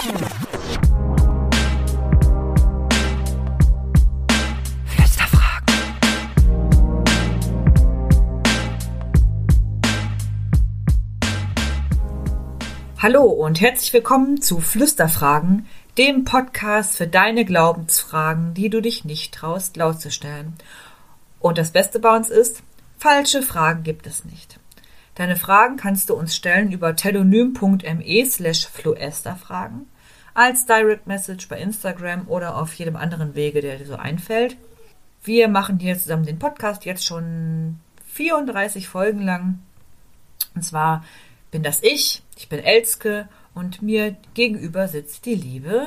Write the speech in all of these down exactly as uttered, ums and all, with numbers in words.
Hallo und herzlich willkommen zu Flüsterfragen, dem Podcast für deine Glaubensfragen, die du dich nicht traust, laut zu stellen. Und das Beste bei uns ist, falsche Fragen gibt es nicht. Deine Fragen kannst du uns stellen über telonym.me slash fluesterfragen, als Direct Message bei Instagram oder auf jedem anderen Wege, der dir so einfällt. Wir machen hier zusammen den Podcast jetzt schon vierunddreißig Folgen lang. Und zwar bin das ich, ich bin Elske und mir gegenüber sitzt die liebe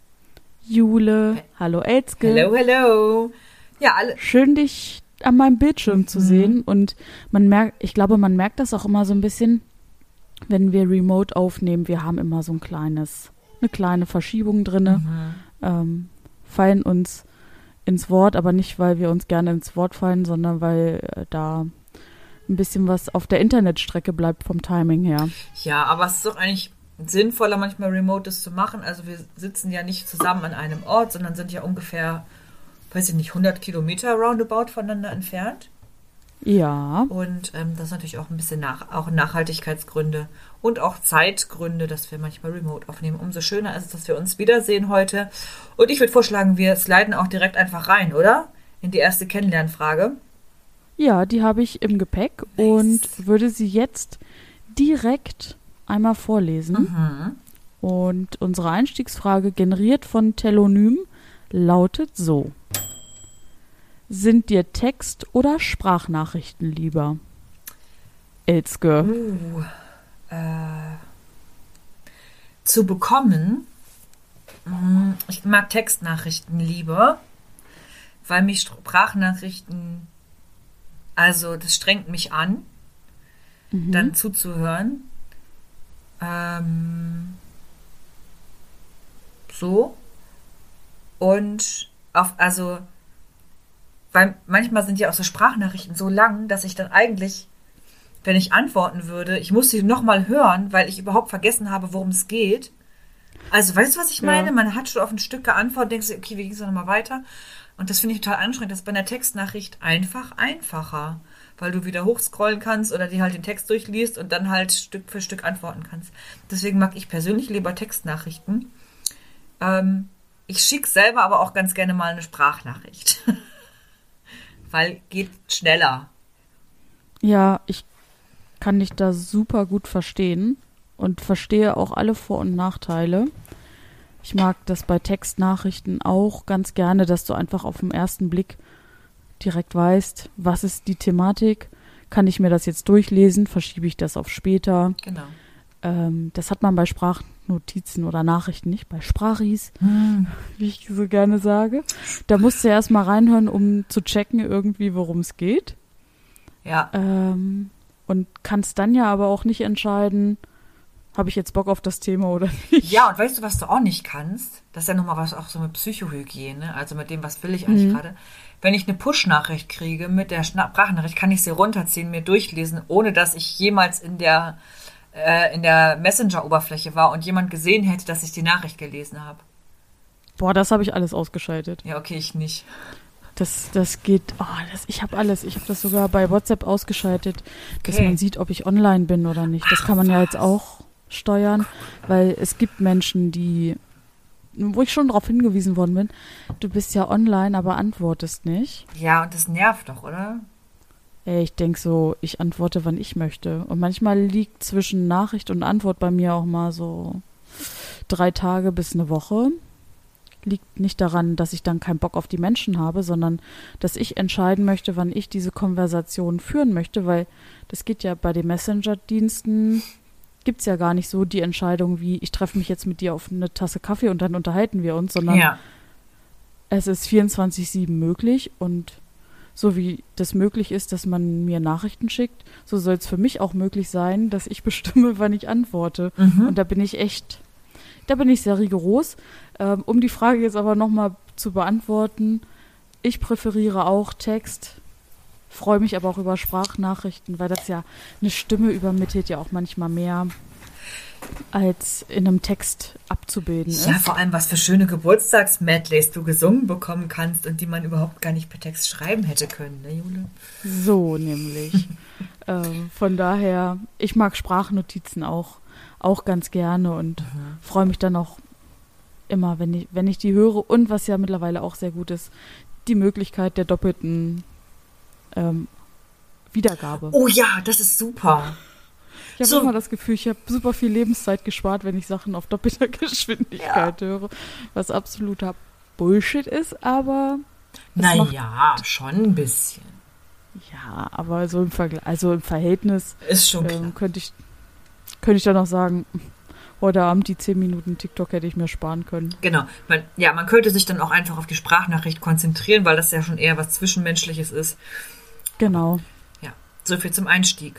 Jule. Hallo Elske. Hello, hello. Ja, alle. Schön, dich an meinem Bildschirm mhm. zu sehen. Und man merkt, ich glaube, man merkt das auch immer so ein bisschen, wenn wir remote aufnehmen. Wir haben immer so ein kleines, eine kleine Verschiebung drin. Mhm. Ähm, fallen uns ins Wort, aber nicht, weil wir uns gerne ins Wort fallen, sondern weil äh, da ein bisschen was auf der Internetstrecke bleibt vom Timing her. Ja, aber es ist doch eigentlich sinnvoller, manchmal Remotes zu machen. Also wir sitzen ja nicht zusammen an einem Ort, sondern sind ja ungefähr, weiß ich nicht, hundert Kilometer roundabout voneinander entfernt. Ja. Und ähm, das ist natürlich auch ein bisschen nach, auch Nachhaltigkeitsgründe und auch Zeitgründe, dass wir manchmal Remote aufnehmen. Umso schöner ist es, dass wir uns wiedersehen heute. Und ich würde vorschlagen, wir sliden auch direkt einfach rein, oder? In die erste Kennenlernfrage. Ja, die habe ich im Gepäck nice. Und würde sie jetzt direkt einmal vorlesen. Mhm. Und unsere Einstiegsfrage, generiert von Telonym, lautet so. Sind dir Text- oder Sprachnachrichten lieber? Elske. Uh, äh, zu bekommen, mh, ich mag Textnachrichten lieber, weil mich Sprachnachrichten, also das strengt mich an, mhm. dann zuzuhören. Ähm, so. Und auf, also, weil manchmal sind ja auch so Sprachnachrichten so lang, dass ich dann eigentlich, wenn ich antworten würde, ich muss sie nochmal hören, weil ich überhaupt vergessen habe, worum es geht. Also, weißt du, was ich meine? Ja. Man hat schon auf ein Stück geantwortet, denkst du, okay, wie ging es nochmal weiter? Und das finde ich total anstrengend. Das ist bei einer Textnachricht einfach einfacher, weil du wieder hochscrollen kannst oder die halt den Text durchliest und dann halt Stück für Stück antworten kannst. Deswegen mag ich persönlich lieber Textnachrichten. Ähm, ich schicke selber aber auch ganz gerne mal eine Sprachnachricht. Weil geht schneller. Ja, ich kann dich da super gut verstehen und verstehe auch alle Vor- und Nachteile. Ich mag das bei Textnachrichten auch ganz gerne, dass du einfach auf den ersten Blick direkt weißt, was ist die Thematik, kann ich mir das jetzt durchlesen, verschiebe ich das auf später. Genau. Ähm, das hat man bei Sprachnotizen oder Nachrichten nicht, bei Sprachis, hm. wie ich so gerne sage. Da musst du erst mal reinhören, um zu checken irgendwie, worum es geht. Ja. Ähm, und kannst dann ja aber auch nicht entscheiden, habe ich jetzt Bock auf das Thema oder nicht? Ja, und weißt du, was du auch nicht kannst? Das ist ja nochmal was auch so mit Psychohygiene, also mit dem, was will ich eigentlich mhm. gerade. Wenn ich eine Push-Nachricht kriege mit der Sprachnachricht, kann ich sie runterziehen, mir durchlesen, ohne dass ich jemals in der, äh, in der Messenger-Oberfläche war und jemand gesehen hätte, dass ich die Nachricht gelesen habe. Boah, das habe ich alles ausgeschaltet. Ja, okay, ich nicht. Das, das geht, oh, das, ich habe alles. Ich habe das sogar bei WhatsApp ausgeschaltet, okay. dass man sieht, ob ich online bin oder nicht. Das kann man ja jetzt auch steuern, weil es gibt Menschen, die, wo ich schon darauf hingewiesen worden bin, du bist ja online, aber antwortest nicht. Ja, und das nervt doch, oder? Ey, ich denke so, ich antworte, wann ich möchte. Und manchmal liegt zwischen Nachricht und Antwort bei mir auch mal so drei Tage bis eine Woche. Liegt nicht daran, dass ich dann keinen Bock auf die Menschen habe, sondern dass ich entscheiden möchte, wann ich diese Konversation führen möchte, weil das geht ja bei den Messenger-Diensten, gibt es ja gar nicht so die Entscheidung wie, ich treffe mich jetzt mit dir auf eine Tasse Kaffee und dann unterhalten wir uns, sondern ja. es ist vierundzwanzig sieben möglich und so wie das möglich ist, dass man mir Nachrichten schickt, so soll es für mich auch möglich sein, dass ich bestimme, wann ich antworte. Mhm. Und da bin ich echt, da bin ich sehr rigoros. Ähm, um die Frage jetzt aber nochmal zu beantworten, ich präferiere auch Text, freue mich aber auch über Sprachnachrichten, weil das ja eine Stimme übermittelt ja auch manchmal mehr. als in einem Text abzubilden ist. Ja, vor allem, was für schöne Geburtstagsmedleys du gesungen bekommen kannst und die man überhaupt gar nicht per Text schreiben hätte können, ne, Jule? So nämlich. ähm, von daher, ich mag Sprachnotizen auch, auch ganz gerne und mhm. freue mich dann auch immer, wenn ich, wenn ich die höre. Und was ja mittlerweile auch sehr gut ist, die Möglichkeit der doppelten ähm, Wiedergabe. Oh ja, das ist super. Ich habe so. immer das Gefühl, ich habe super viel Lebenszeit gespart, wenn ich Sachen auf doppelter Geschwindigkeit ja. höre, was absoluter Bullshit ist, aber naja, schon ein bisschen. Ja, aber so im Vergleich, also im Verhältnis ist schon klar. Ähm, könnte ich, könnte ich dann auch sagen, heute Abend die zehn Minuten TikTok hätte ich mir sparen können. Genau. Man, ja, man könnte sich dann auch einfach auf die Sprachnachricht konzentrieren, weil das ja schon eher was Zwischenmenschliches ist. Genau. Ja, so viel zum Einstieg.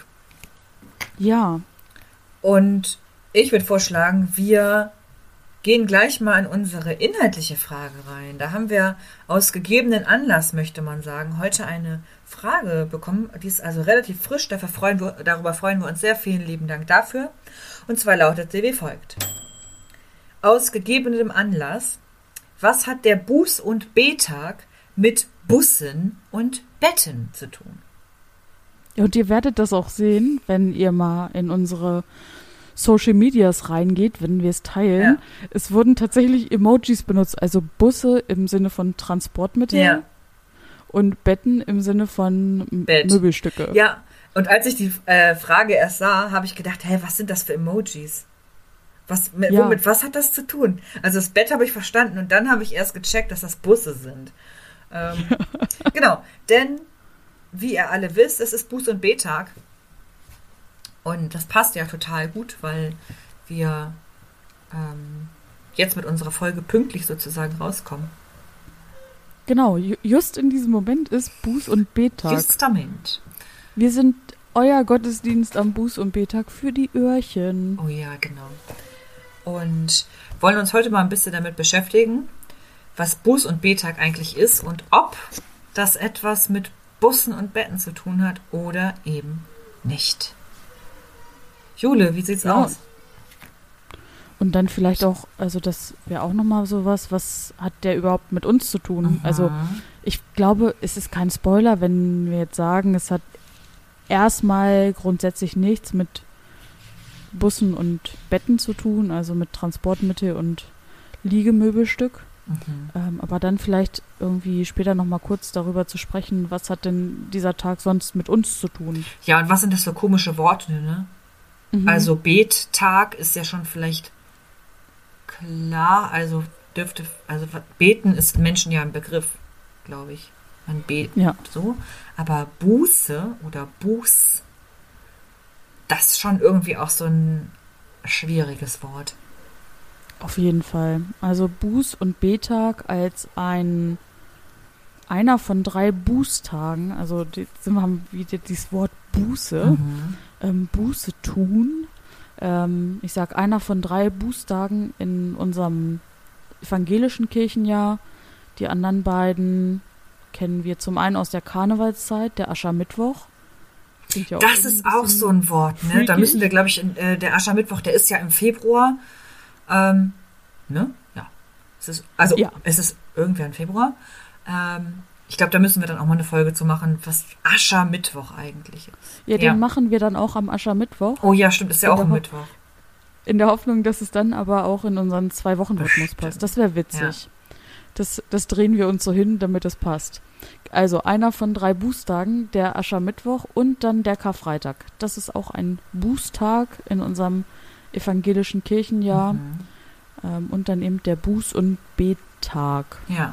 Ja. Und ich würde vorschlagen, wir gehen gleich mal in unsere inhaltliche Frage rein. Da haben wir aus gegebenen Anlass, möchte man sagen, heute eine Frage bekommen. Die ist also relativ frisch, dafür freuen wir, darüber freuen wir uns sehr. Vielen lieben Dank dafür. Und zwar lautet sie wie folgt. Aus gegebenem Anlass, was hat der Buß- und B-Tag mit Bussen und Betten zu tun? Und ihr werdet das auch sehen, wenn ihr mal in unsere Social Medias reingeht, wenn wir es teilen. Ja. Es wurden tatsächlich Emojis benutzt, also Busse im Sinne von Transportmittel ja. und Betten im Sinne von Bett. Möbelstücke. Ja, und als ich die äh, Frage erst sah, habe ich gedacht, hey, was sind das für Emojis? Was, mit, ja. womit, was hat das zu tun? Also das Bett habe ich verstanden und dann habe ich erst gecheckt, dass das Busse sind. Ähm, genau, denn wie ihr alle wisst, es ist Buß- und B-Tag. Und das passt ja total gut, weil wir ähm, jetzt mit unserer Folge pünktlich sozusagen rauskommen. Genau, ju- just in diesem Moment ist Buß- und B-Tag. Justament. Wir sind euer Gottesdienst am Buß- und B-Tag für die Öhrchen. Oh ja, genau. Und wollen uns heute mal ein bisschen damit beschäftigen, was Buß- und B-Tag eigentlich ist und ob das etwas mit Bussen und Betten zu tun hat oder eben nicht. Jule, wie sieht's ja. aus? Und dann vielleicht auch, also das wäre auch nochmal sowas, was hat der überhaupt mit uns zu tun? Mhm. Also ich glaube, es ist kein Spoiler, wenn wir jetzt sagen, es hat erstmal grundsätzlich nichts mit Bussen und Betten zu tun, also mit Transportmittel und Liegemöbelstück. Mhm. Ähm, aber dann vielleicht irgendwie später nochmal kurz darüber zu sprechen, was hat denn dieser Tag sonst mit uns zu tun? Ja, und was sind das für komische Worte, ne? Mhm. Also Bettag ist ja schon vielleicht klar, also dürfte, also beten ist Menschen ja ein Begriff, glaube ich. Man betet ja. so. Aber Buße oder Buß, das ist schon irgendwie auch so ein schwieriges Wort. Auf jeden Fall. Also Buß- und B-Tag als ein einer von drei Bußtagen, also die, wir haben wieder dieses Wort Buße, mhm. ähm, Buße tun. Ähm, ich sag einer von drei Bußtagen in unserem evangelischen Kirchenjahr. Die anderen beiden kennen wir zum einen aus der Karnevalszeit, der Aschermittwoch. Ja das ist auch so ein Wort, ne? Freakig. Da müssen wir, glaube ich, in, äh, der Aschermittwoch, der ist ja im Februar. Ähm, ne? Ja. Es ist, also, ja. es ist irgendwann im Februar. Ähm, ich glaube, da müssen wir dann auch mal eine Folge zu machen, was Aschermittwoch eigentlich ist. Ja, den ja. machen wir dann auch am Aschermittwoch. Oh ja, stimmt, ist ja in auch am Mittwoch. In der Hoffnung, dass es dann aber auch in unseren Zwei-Wochen-Rhythmus passt. Das wäre witzig. Ja. Das, das drehen wir uns so hin, damit es passt. Also einer von drei Bußtagen, der Aschermittwoch und dann der Karfreitag. Das ist auch ein Bußtag in unserem evangelischen Kirchenjahr. Mhm. Ähm, und dann eben der Buß- und Bettag. Ja.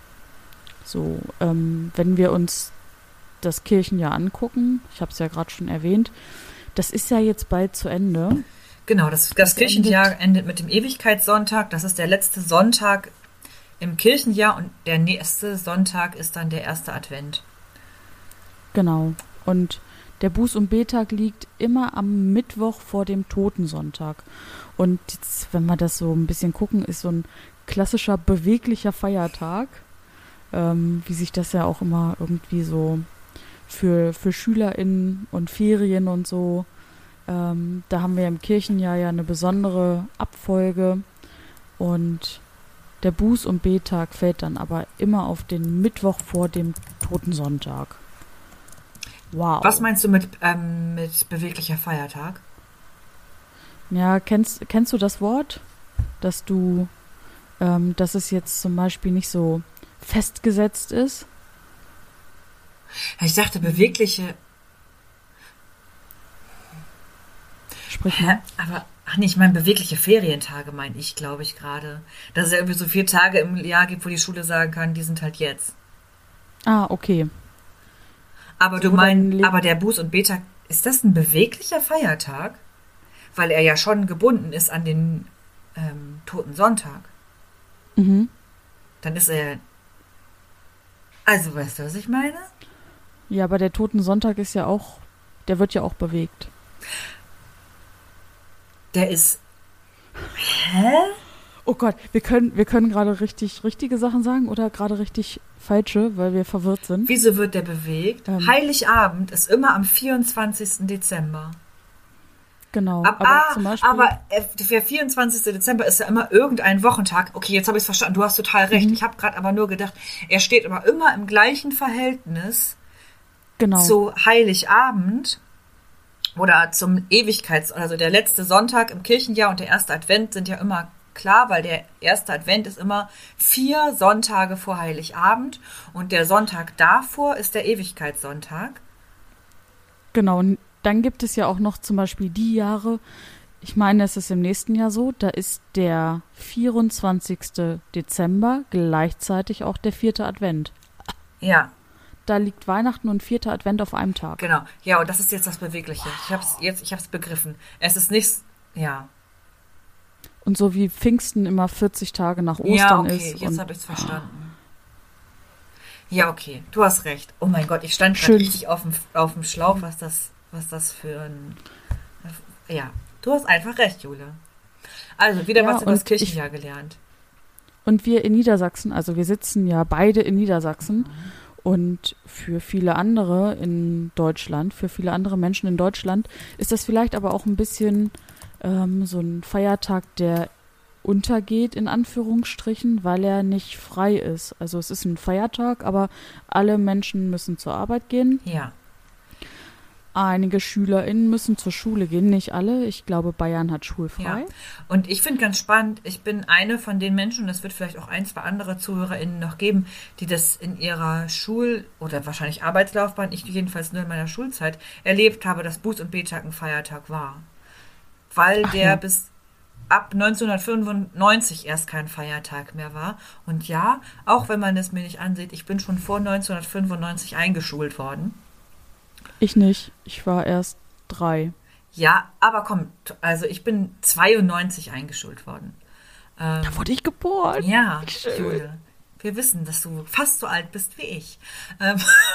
So, ähm, wenn wir uns das Kirchenjahr angucken, ich habe es ja gerade schon erwähnt, das ist ja jetzt bald zu Ende. Genau, das, das, das Kirchenjahr endet, endet mit dem Ewigkeitssonntag. Das ist der letzte Sonntag im Kirchenjahr und der nächste Sonntag ist dann der erste Advent. Genau. Und der Buß- und Bettag liegt immer am Mittwoch vor dem Totensonntag. Und jetzt, wenn wir das so ein bisschen gucken, ist so ein klassischer beweglicher Feiertag, ähm, wie sich das ja auch immer irgendwie so für, für SchülerInnen und Ferien und so Ähm, da haben wir im Kirchenjahr ja eine besondere Abfolge und der Buß- und Bettag fällt dann aber immer auf den Mittwoch vor dem Totensonntag. Wow. Was meinst du mit, ähm, mit beweglicher Feiertag? Ja, kennst, kennst du das Wort? Dass du, ähm, dass es jetzt zum Beispiel nicht so festgesetzt ist? Ich dachte, bewegliche. Sprich mal. Aber, ach nee, ich meine, bewegliche Ferientage meine ich, glaube ich, gerade. Dass es ja irgendwie so vier Tage im Jahr gibt, wo die Schule sagen kann, die sind halt jetzt. Ah, okay. Aber So, du meinst, dann le- aber der Buß- und Betag, ist das ein beweglicher Feiertag? Weil er ja schon gebunden ist an den ähm, Toten Sonntag. Mhm. Dann ist er. Also, weißt du, was ich meine? Ja, aber der Totensonntag ist ja auch, der wird ja auch bewegt. Der ist. Hä? Oh Gott, wir können, wir können gerade richtig richtige Sachen sagen oder gerade richtig falsche, weil wir verwirrt sind. Wieso wird der bewegt? Ähm. Heiligabend ist immer am vierundzwanzigsten Dezember. Genau. Ab, aber ah, zum Beispiel, aber äh, der vierundzwanzigsten Dezember ist ja immer irgendein Wochentag. Okay, jetzt habe ich es verstanden. Du hast total recht. Mhm. Ich habe gerade aber nur gedacht, er steht aber immer im gleichen Verhältnis genau. zu Heiligabend oder zum Ewigkeits-, also der letzte Sonntag im Kirchenjahr und der erste Advent sind ja immer klar, weil der erste Advent ist immer vier Sonntage vor Heiligabend und der Sonntag davor ist der Ewigkeitssonntag. Genau. Und dann gibt es ja auch noch zum Beispiel die Jahre, ich meine, es ist im nächsten Jahr so, da ist der vierundzwanzigsten Dezember gleichzeitig auch der vierte Advent. Ja. Da liegt Weihnachten und vierter Advent auf einem Tag. Genau, ja, und das ist jetzt das Bewegliche. Ich habe es jetzt, ich habe es begriffen. Es ist nicht, ja. Und so wie Pfingsten immer vierzig Tage nach Ostern Ja, okay, ist. jetzt und habe ich es verstanden. Ja, okay, du hast recht. Oh mein Gott, ich stand gerade Schön. richtig auf dem, auf dem Schlauch, was das, was das für ein... Ja, du hast einfach recht, Jule. Also, wieder Ja, was über das und Kirchenjahr gelernt. Und wir in Niedersachsen, also wir sitzen ja beide in Niedersachsen und für viele andere in Deutschland, für viele andere Menschen in Deutschland ist das vielleicht aber auch ein bisschen ähm, so ein Feiertag, der untergeht, in Anführungsstrichen, weil er nicht frei ist. Also es ist ein Feiertag, aber alle Menschen müssen zur Arbeit gehen. Ja. Einige SchülerInnen müssen zur Schule gehen, nicht alle. Ich glaube, Bayern hat schulfrei. Ja. Und ich finde ganz spannend, ich bin eine von den Menschen, und das wird vielleicht auch ein, zwei andere ZuhörerInnen noch geben, die das in ihrer Schul- oder wahrscheinlich Arbeitslaufbahn, ich jedenfalls nur in meiner Schulzeit, erlebt habe, dass Buß- und Betag ein Feiertag war. Weil Ach der ja. bis ab neunzehnhundertfünfundneunzig erst kein Feiertag mehr war. Und ja, auch wenn man es mir nicht ansieht, ich bin schon vor neunzehnhundertfünfundneunzig eingeschult worden. Ich nicht. Ich war erst drei. Ja, aber komm, also ich bin zweiundneunzig eingeschult worden. Ähm, Da wurde ich geboren. ja, Schön. Jule, wir wissen, dass du fast so alt bist wie ich. Ähm,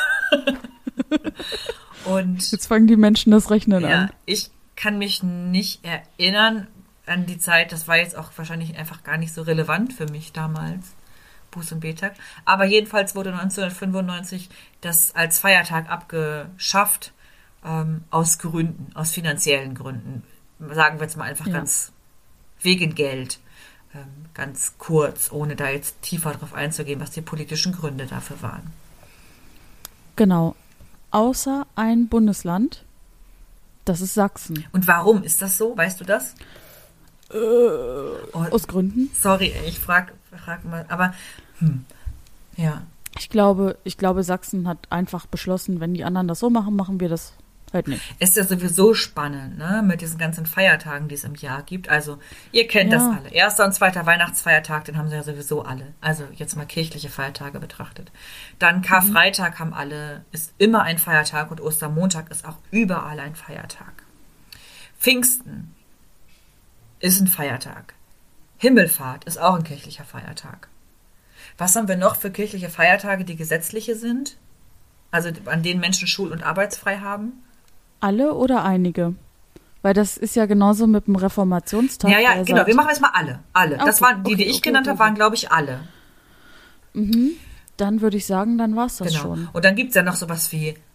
und Jetzt fangen die Menschen das Rechnen ja, an. ich kann mich nicht erinnern an die Zeit, das war jetzt auch wahrscheinlich einfach gar nicht so relevant für mich damals, Buß- und Betag. Aber jedenfalls wurde neunzehnhundertfünfundneunzig das als Feiertag abgeschafft, ähm, aus Gründen, aus finanziellen Gründen. Sagen wir jetzt mal einfach Ja. ganz wegen Geld. Ähm, ganz kurz, ohne da jetzt tiefer drauf einzugehen, was die politischen Gründe dafür waren. Genau. Außer ein Bundesland. Das ist Sachsen. Und warum ist das so? Weißt du das? Oh, Aus Gründen. sorry, ich frag, frag mal, aber hm, ja. Ich glaube, ich glaube, Sachsen hat einfach beschlossen, wenn die anderen das so machen, machen wir das halt nicht. Ist ja sowieso spannend, ne, mit diesen ganzen Feiertagen, die es im Jahr gibt. Also, ihr kennt Ja. das alle. Erster und zweiter Weihnachtsfeiertag, den haben sie ja sowieso alle. Also, jetzt mal kirchliche Feiertage betrachtet. Dann Karfreitag haben alle, ist immer ein Feiertag und Ostermontag ist auch überall ein Feiertag. Pfingsten ist ein Feiertag. Himmelfahrt ist auch ein kirchlicher Feiertag. Was haben wir noch für kirchliche Feiertage, die gesetzliche sind? Also an denen Menschen schul- und arbeitsfrei haben? Alle oder einige? Weil das ist ja genauso mit dem Reformationstag. Ja, ja, der genau. seit- Wir machen jetzt mal alle. Alle. Das Okay, waren die, die okay, ich okay, genannt okay, habe, waren, okay. glaube ich, alle. Dann würde ich sagen, dann war es das Genau. schon. Und dann gibt es ja noch sowas wie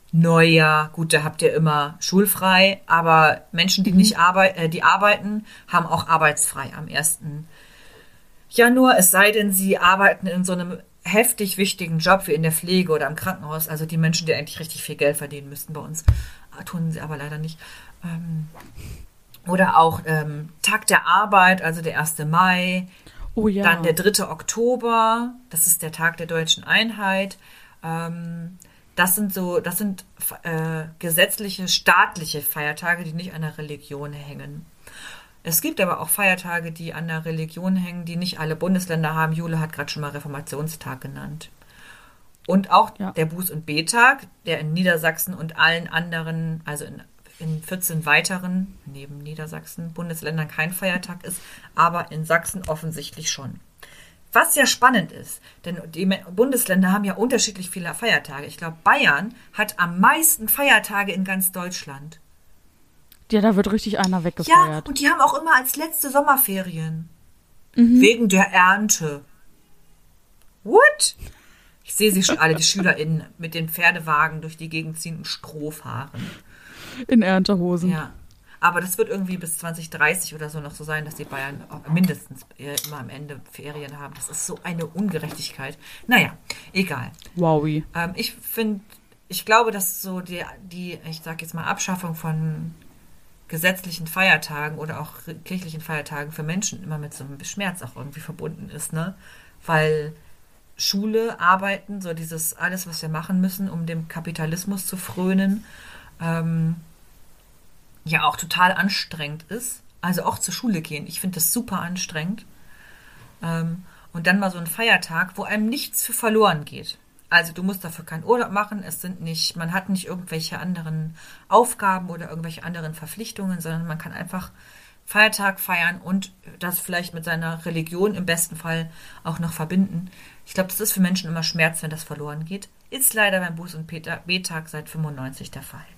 Neujahr, gut, da habt ihr immer schulfrei, aber Menschen, die Mhm. nicht arbeiten, äh, die arbeiten, haben auch arbeitsfrei am ersten Januar, es sei denn, sie arbeiten in so einem heftig wichtigen Job wie in der Pflege oder im Krankenhaus, also die Menschen, die eigentlich richtig viel Geld verdienen müssten bei uns, tun sie aber leider nicht. Ähm, oder auch ähm, Tag der Arbeit, also der erste Mai, Oh ja. dann der dritte Oktober, das ist der Tag der deutschen Einheit. Ähm, das sind so, das sind äh, gesetzliche, staatliche Feiertage, die nicht an der Religion hängen. Es gibt aber auch Feiertage, die an der Religion hängen, die nicht alle Bundesländer haben. Jule hat gerade schon mal Reformationstag genannt. Und auch Ja. der Buß- und B-Tag, der in Niedersachsen und allen anderen, also in, in vierzehn weiteren, neben Niedersachsen, Bundesländern kein Feiertag ist, aber in Sachsen offensichtlich schon. Was ja spannend ist, denn die Bundesländer haben ja unterschiedlich viele Feiertage. Ich glaube, Bayern hat am meisten Feiertage in ganz Deutschland. Ja, da wird richtig einer Ja, weggefeiert. und die haben auch immer als letzte Sommerferien. Wegen der Ernte. What? Ich sehe sie schon alle, die SchülerInnen, mit den Pferdewagen durch die Gegend ziehen und Stroh fahren. In Erntehosen. Ja. Aber das wird irgendwie bis zwanzig dreißig oder so noch so sein, dass die Bayern auch mindestens äh, immer am Ende Ferien haben. Das ist so eine Ungerechtigkeit. Naja, egal. Wowi. Ähm, ich finde, ich glaube, dass so die, die, ich sag jetzt mal, Abschaffung von gesetzlichen Feiertagen oder auch kirchlichen Feiertagen für Menschen immer mit so einem Schmerz auch irgendwie verbunden ist, ne? Weil Schule, Arbeiten, so dieses alles, was wir machen müssen, um dem Kapitalismus zu frönen, ähm, ja auch total anstrengend ist. Also auch zur Schule gehen. Ich finde das super anstrengend. Ähm, und dann mal so ein Feiertag, wo einem nichts für verloren geht. Also du musst dafür keinen Urlaub machen. Es sind nicht, man hat nicht irgendwelche anderen Aufgaben oder irgendwelche anderen Verpflichtungen, sondern man kann einfach Feiertag feiern und das vielleicht mit seiner Religion im besten Fall auch noch verbinden. Ich glaube, das ist für Menschen immer Schmerz, wenn das verloren geht. Ist leider beim Buß- und B-Tag seit fünfundneunzig der Fall.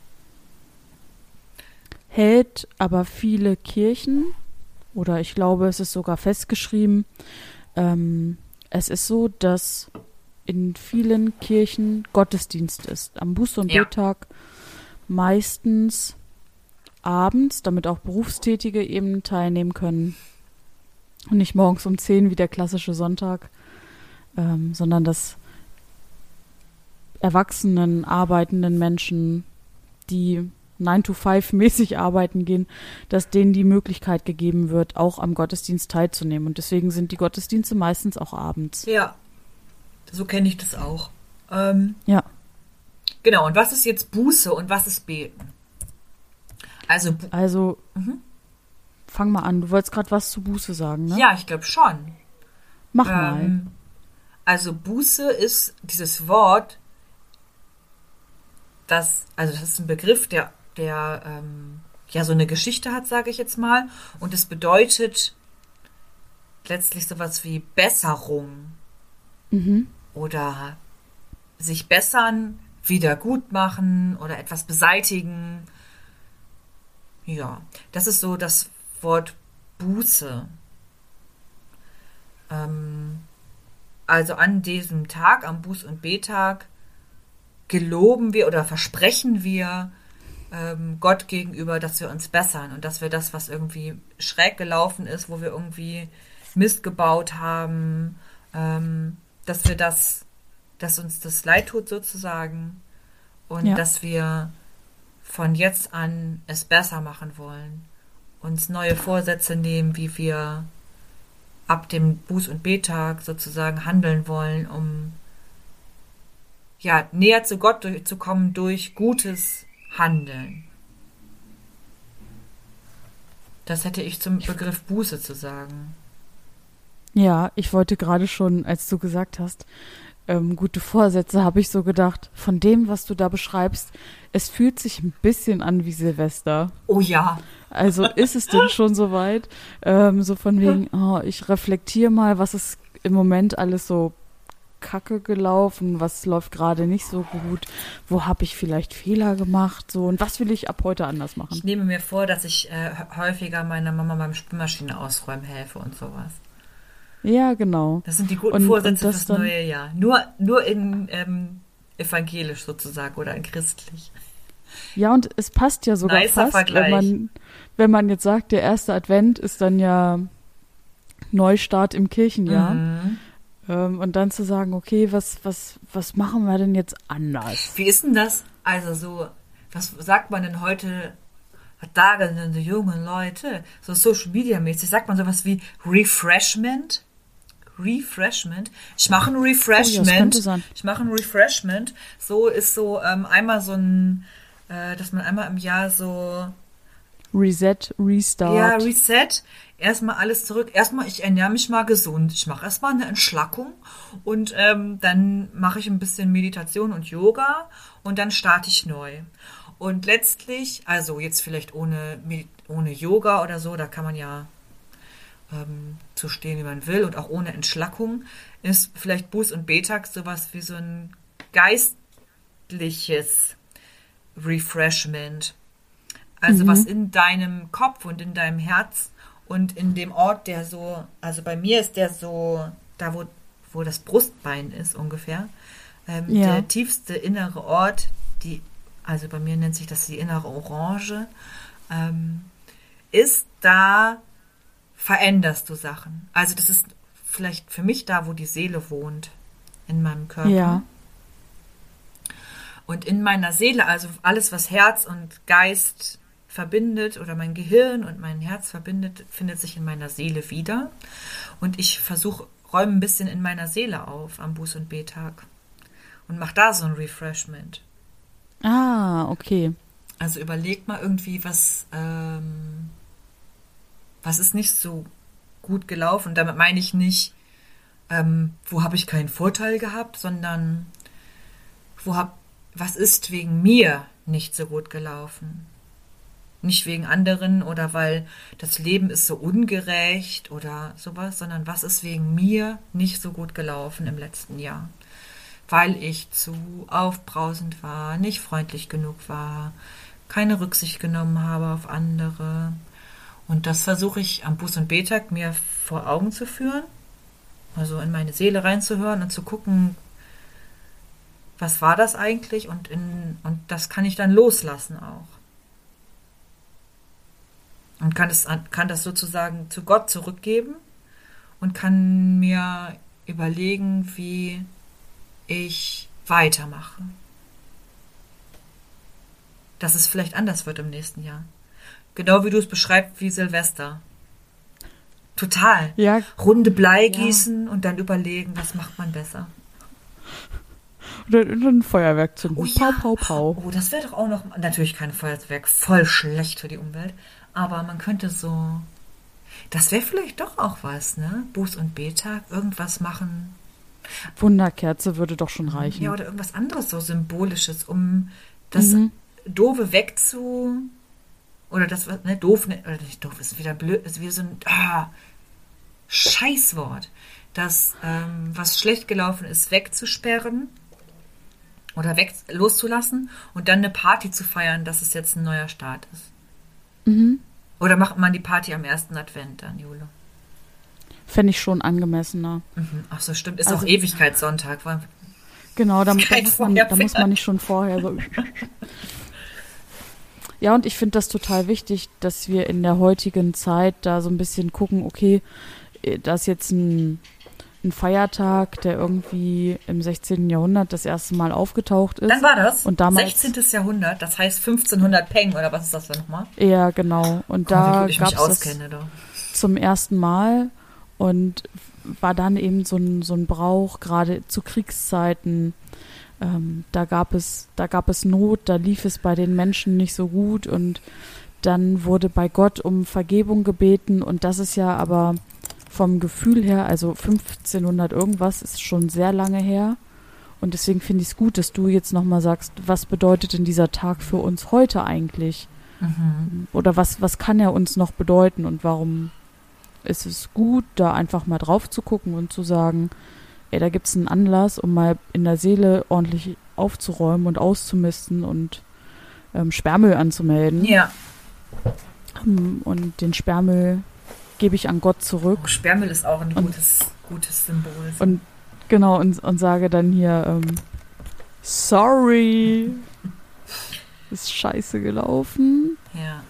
Hält aber viele Kirchen, oder ich glaube, es ist sogar festgeschrieben, ähm, es ist so, dass in vielen Kirchen Gottesdienst ist. Am Buß- und Ja. B-Tag meistens abends, damit auch Berufstätige eben teilnehmen können. Und nicht morgens um zehn wie der klassische Sonntag, ähm, sondern dass erwachsenen, arbeitenden Menschen, die nine to five mäßig arbeiten gehen, dass denen die Möglichkeit gegeben wird, auch am Gottesdienst teilzunehmen. Und deswegen sind die Gottesdienste meistens auch abends. Ja, so kenne ich das auch. Ähm, Ja. genau, und was ist jetzt Buße und was ist Beten? Also, Bu- Also, Mhm. fang mal an. Du wolltest gerade was zu Buße sagen, ne? ja, ich glaube schon. Mach mal. Ähm, also Buße ist dieses Wort, das, also das ist ein Begriff, der, der ähm, ja so eine Geschichte hat, sage ich jetzt mal. Und es bedeutet letztlich sowas wie Besserung Mhm. oder sich bessern, wieder gut machen oder etwas beseitigen. Ja, das ist so das Wort Buße. Ähm, also an diesem Tag, am Buß- und B-Tag, geloben wir oder versprechen wir ähm, Gott gegenüber, dass wir uns bessern und dass wir das, was irgendwie schräg gelaufen ist, wo wir irgendwie Mist gebaut haben, ähm, dass wir das, dass uns das leid tut sozusagen und Ja. dass wir von jetzt an es besser machen wollen, uns neue Vorsätze nehmen, wie wir ab dem Buß- und B-Tag sozusagen handeln wollen, um ja, näher zu Gott durch, zu kommen durch gutes Handeln. Das hätte ich zum Begriff Buße zu sagen. Ja, ich wollte gerade schon, als du gesagt hast, ähm, gute Vorsätze, habe ich so gedacht, von dem, was du da beschreibst, es fühlt sich ein bisschen an wie Silvester. Oh ja. Also ist es denn schon soweit? Ähm, so von wegen, oh, ich reflektiere mal, was ist im Moment alles so kacke gelaufen, was läuft gerade nicht so gut, wo habe ich vielleicht Fehler gemacht, so und was will ich ab heute anders machen? Ich nehme mir vor, dass ich äh, häufiger meiner Mama beim Spülmaschine ausräumen helfe und sowas. Ja, genau. Das sind die guten Und- Vorsätze und das fürs dann- neue Jahr. Nur, nur in ähm, evangelisch sozusagen oder in christlich. Ja, und es passt ja sogar Nicer fast, Vergleich. wenn man, wenn man jetzt sagt, der erste Advent ist dann ja Neustart im Kirchenjahr. Mhm. Ähm, und dann zu sagen, okay, was, was, was machen wir denn jetzt anders? Wie ist denn das? Also so, was sagt man denn heute? Was sagen denn die jungen Leute? So Social Media mäßig, sagt man sowas wie Refreshment? Refreshment. Ich mache ein Oh ja, das Refreshment. könnte sein. Ich mache ein Refreshment. So ist so ähm, einmal so ein, äh, dass man einmal im Jahr so, Reset, ja, Restart. Reset. Erstmal alles zurück. Erstmal, ich ernähre mich mal gesund. Ich mache erstmal eine Entschlackung und ähm, dann mache ich ein bisschen Meditation und Yoga und dann starte ich neu. Und letztlich, also jetzt vielleicht ohne, Medi- ohne Yoga oder so, da kann man ja ähm, so stehen, wie man will und auch ohne Entschlackung, ist vielleicht Buß- und Betag sowas wie so ein geistliches Refreshment. Also was in deinem Kopf und in deinem Herz und in dem Ort, der so, also bei mir ist der so, da wo, wo das Brustbein ist ungefähr, ähm, Ja. der tiefste innere Ort, die, also bei mir nennt sich das die innere Orange, ähm, ist da, veränderst du Sachen. Also das ist vielleicht für mich da, wo die Seele wohnt, in meinem Körper. Ja. Und in meiner Seele, also alles, was Herz und Geist verbindet oder mein Gehirn und mein Herz verbindet, findet sich in meiner Seele wieder. Und ich versuche, räume ein bisschen in meiner Seele auf am Buß- und Betag und mache da so ein Refreshment. Ah, okay. Also überleg mal irgendwie, was, ähm, was ist nicht so gut gelaufen. Und damit meine ich nicht, ähm, wo habe ich keinen Vorteil gehabt, sondern wo hab, was ist wegen mir nicht so gut gelaufen. Nicht wegen anderen oder weil das Leben ist so ungerecht oder sowas, sondern was ist wegen mir nicht so gut gelaufen im letzten Jahr. Weil ich zu aufbrausend war, nicht freundlich genug war, keine Rücksicht genommen habe auf andere. Und das versuche ich am Buß- und Betag mir vor Augen zu führen, also in meine Seele reinzuhören und zu gucken, was war das eigentlich und, in, und das kann ich dann loslassen auch. Und kann, es, kann das sozusagen zu Gott zurückgeben und kann mir überlegen, wie ich weitermache. Dass es vielleicht anders wird im nächsten Jahr. Genau wie du es beschreibst, wie Silvester. Total. Ja. Runde Blei Ja. gießen und dann überlegen, was macht man besser. Oder ein Feuerwerk zünden. Oh Pau, ja. pau, pau. Oh, das wäre doch auch noch, natürlich kein Feuerwerk, voll schlecht für die Umwelt, aber man könnte so, das wäre vielleicht doch auch was, ne? Buß- und Betag, irgendwas machen. Wunderkerze würde doch schon reichen. Ja, oder irgendwas anderes so Symbolisches, um das Mhm. Doofe wegzu, oder das, ne, doof, ne, oder nicht doof, ist wieder blöd, ist wieder so ein, ah, Scheißwort, das, ähm, was schlecht gelaufen ist, wegzusperren oder weg, loszulassen und dann eine Party zu feiern, dass es jetzt ein neuer Start ist. Mhm. Oder macht man die Party am ersten Advent dann, Jule? Fände ich schon angemessener. Mhm. Ach so, stimmt. Ist Also- auch Ewigkeitssonntag. War, Genau, da, da, Kein muss man, da Feuerwerk. muss man nicht schon vorher so. Ja, und ich finde das total wichtig, dass wir in der heutigen Zeit da so ein bisschen gucken, okay, da ist jetzt ein, ein Feiertag, der irgendwie im sechzehnten. Jahrhundert das erste Mal aufgetaucht ist. dann war das Und damals- sechzehnten. Jahrhundert, das heißt fünfzehnhundert Peng, oder was ist das denn nochmal? Ja, genau. Und Guck mal, da wie gut ich gab mich es das auskenne. Da. zum ersten Mal und war dann eben so ein, so ein Brauch, gerade zu Kriegszeiten. Ähm, da gab es, da gab es Not, da lief es bei den Menschen nicht so gut und dann wurde bei Gott um Vergebung gebeten und das ist ja aber vom Gefühl her, also fünfzehnhundert irgendwas, ist schon sehr lange her und deswegen finde ich es gut, dass du jetzt nochmal sagst, was bedeutet denn dieser Tag für uns heute eigentlich? Mhm. Oder was, was kann er uns noch bedeuten und warum ist es gut, da einfach mal drauf zu gucken und zu sagen, ey, da gibt es einen Anlass, um mal in der Seele ordentlich aufzuräumen und auszumisten und ähm, Sperrmüll anzumelden. Ja. Ähm, Und den Sperrmüll gebe ich an Gott zurück. Oh, Sperrmüll ist auch ein Und- gutes, gutes Symbol. Und genau, und, und sage dann hier, ähm, Sorry. Ist scheiße gelaufen. Ja.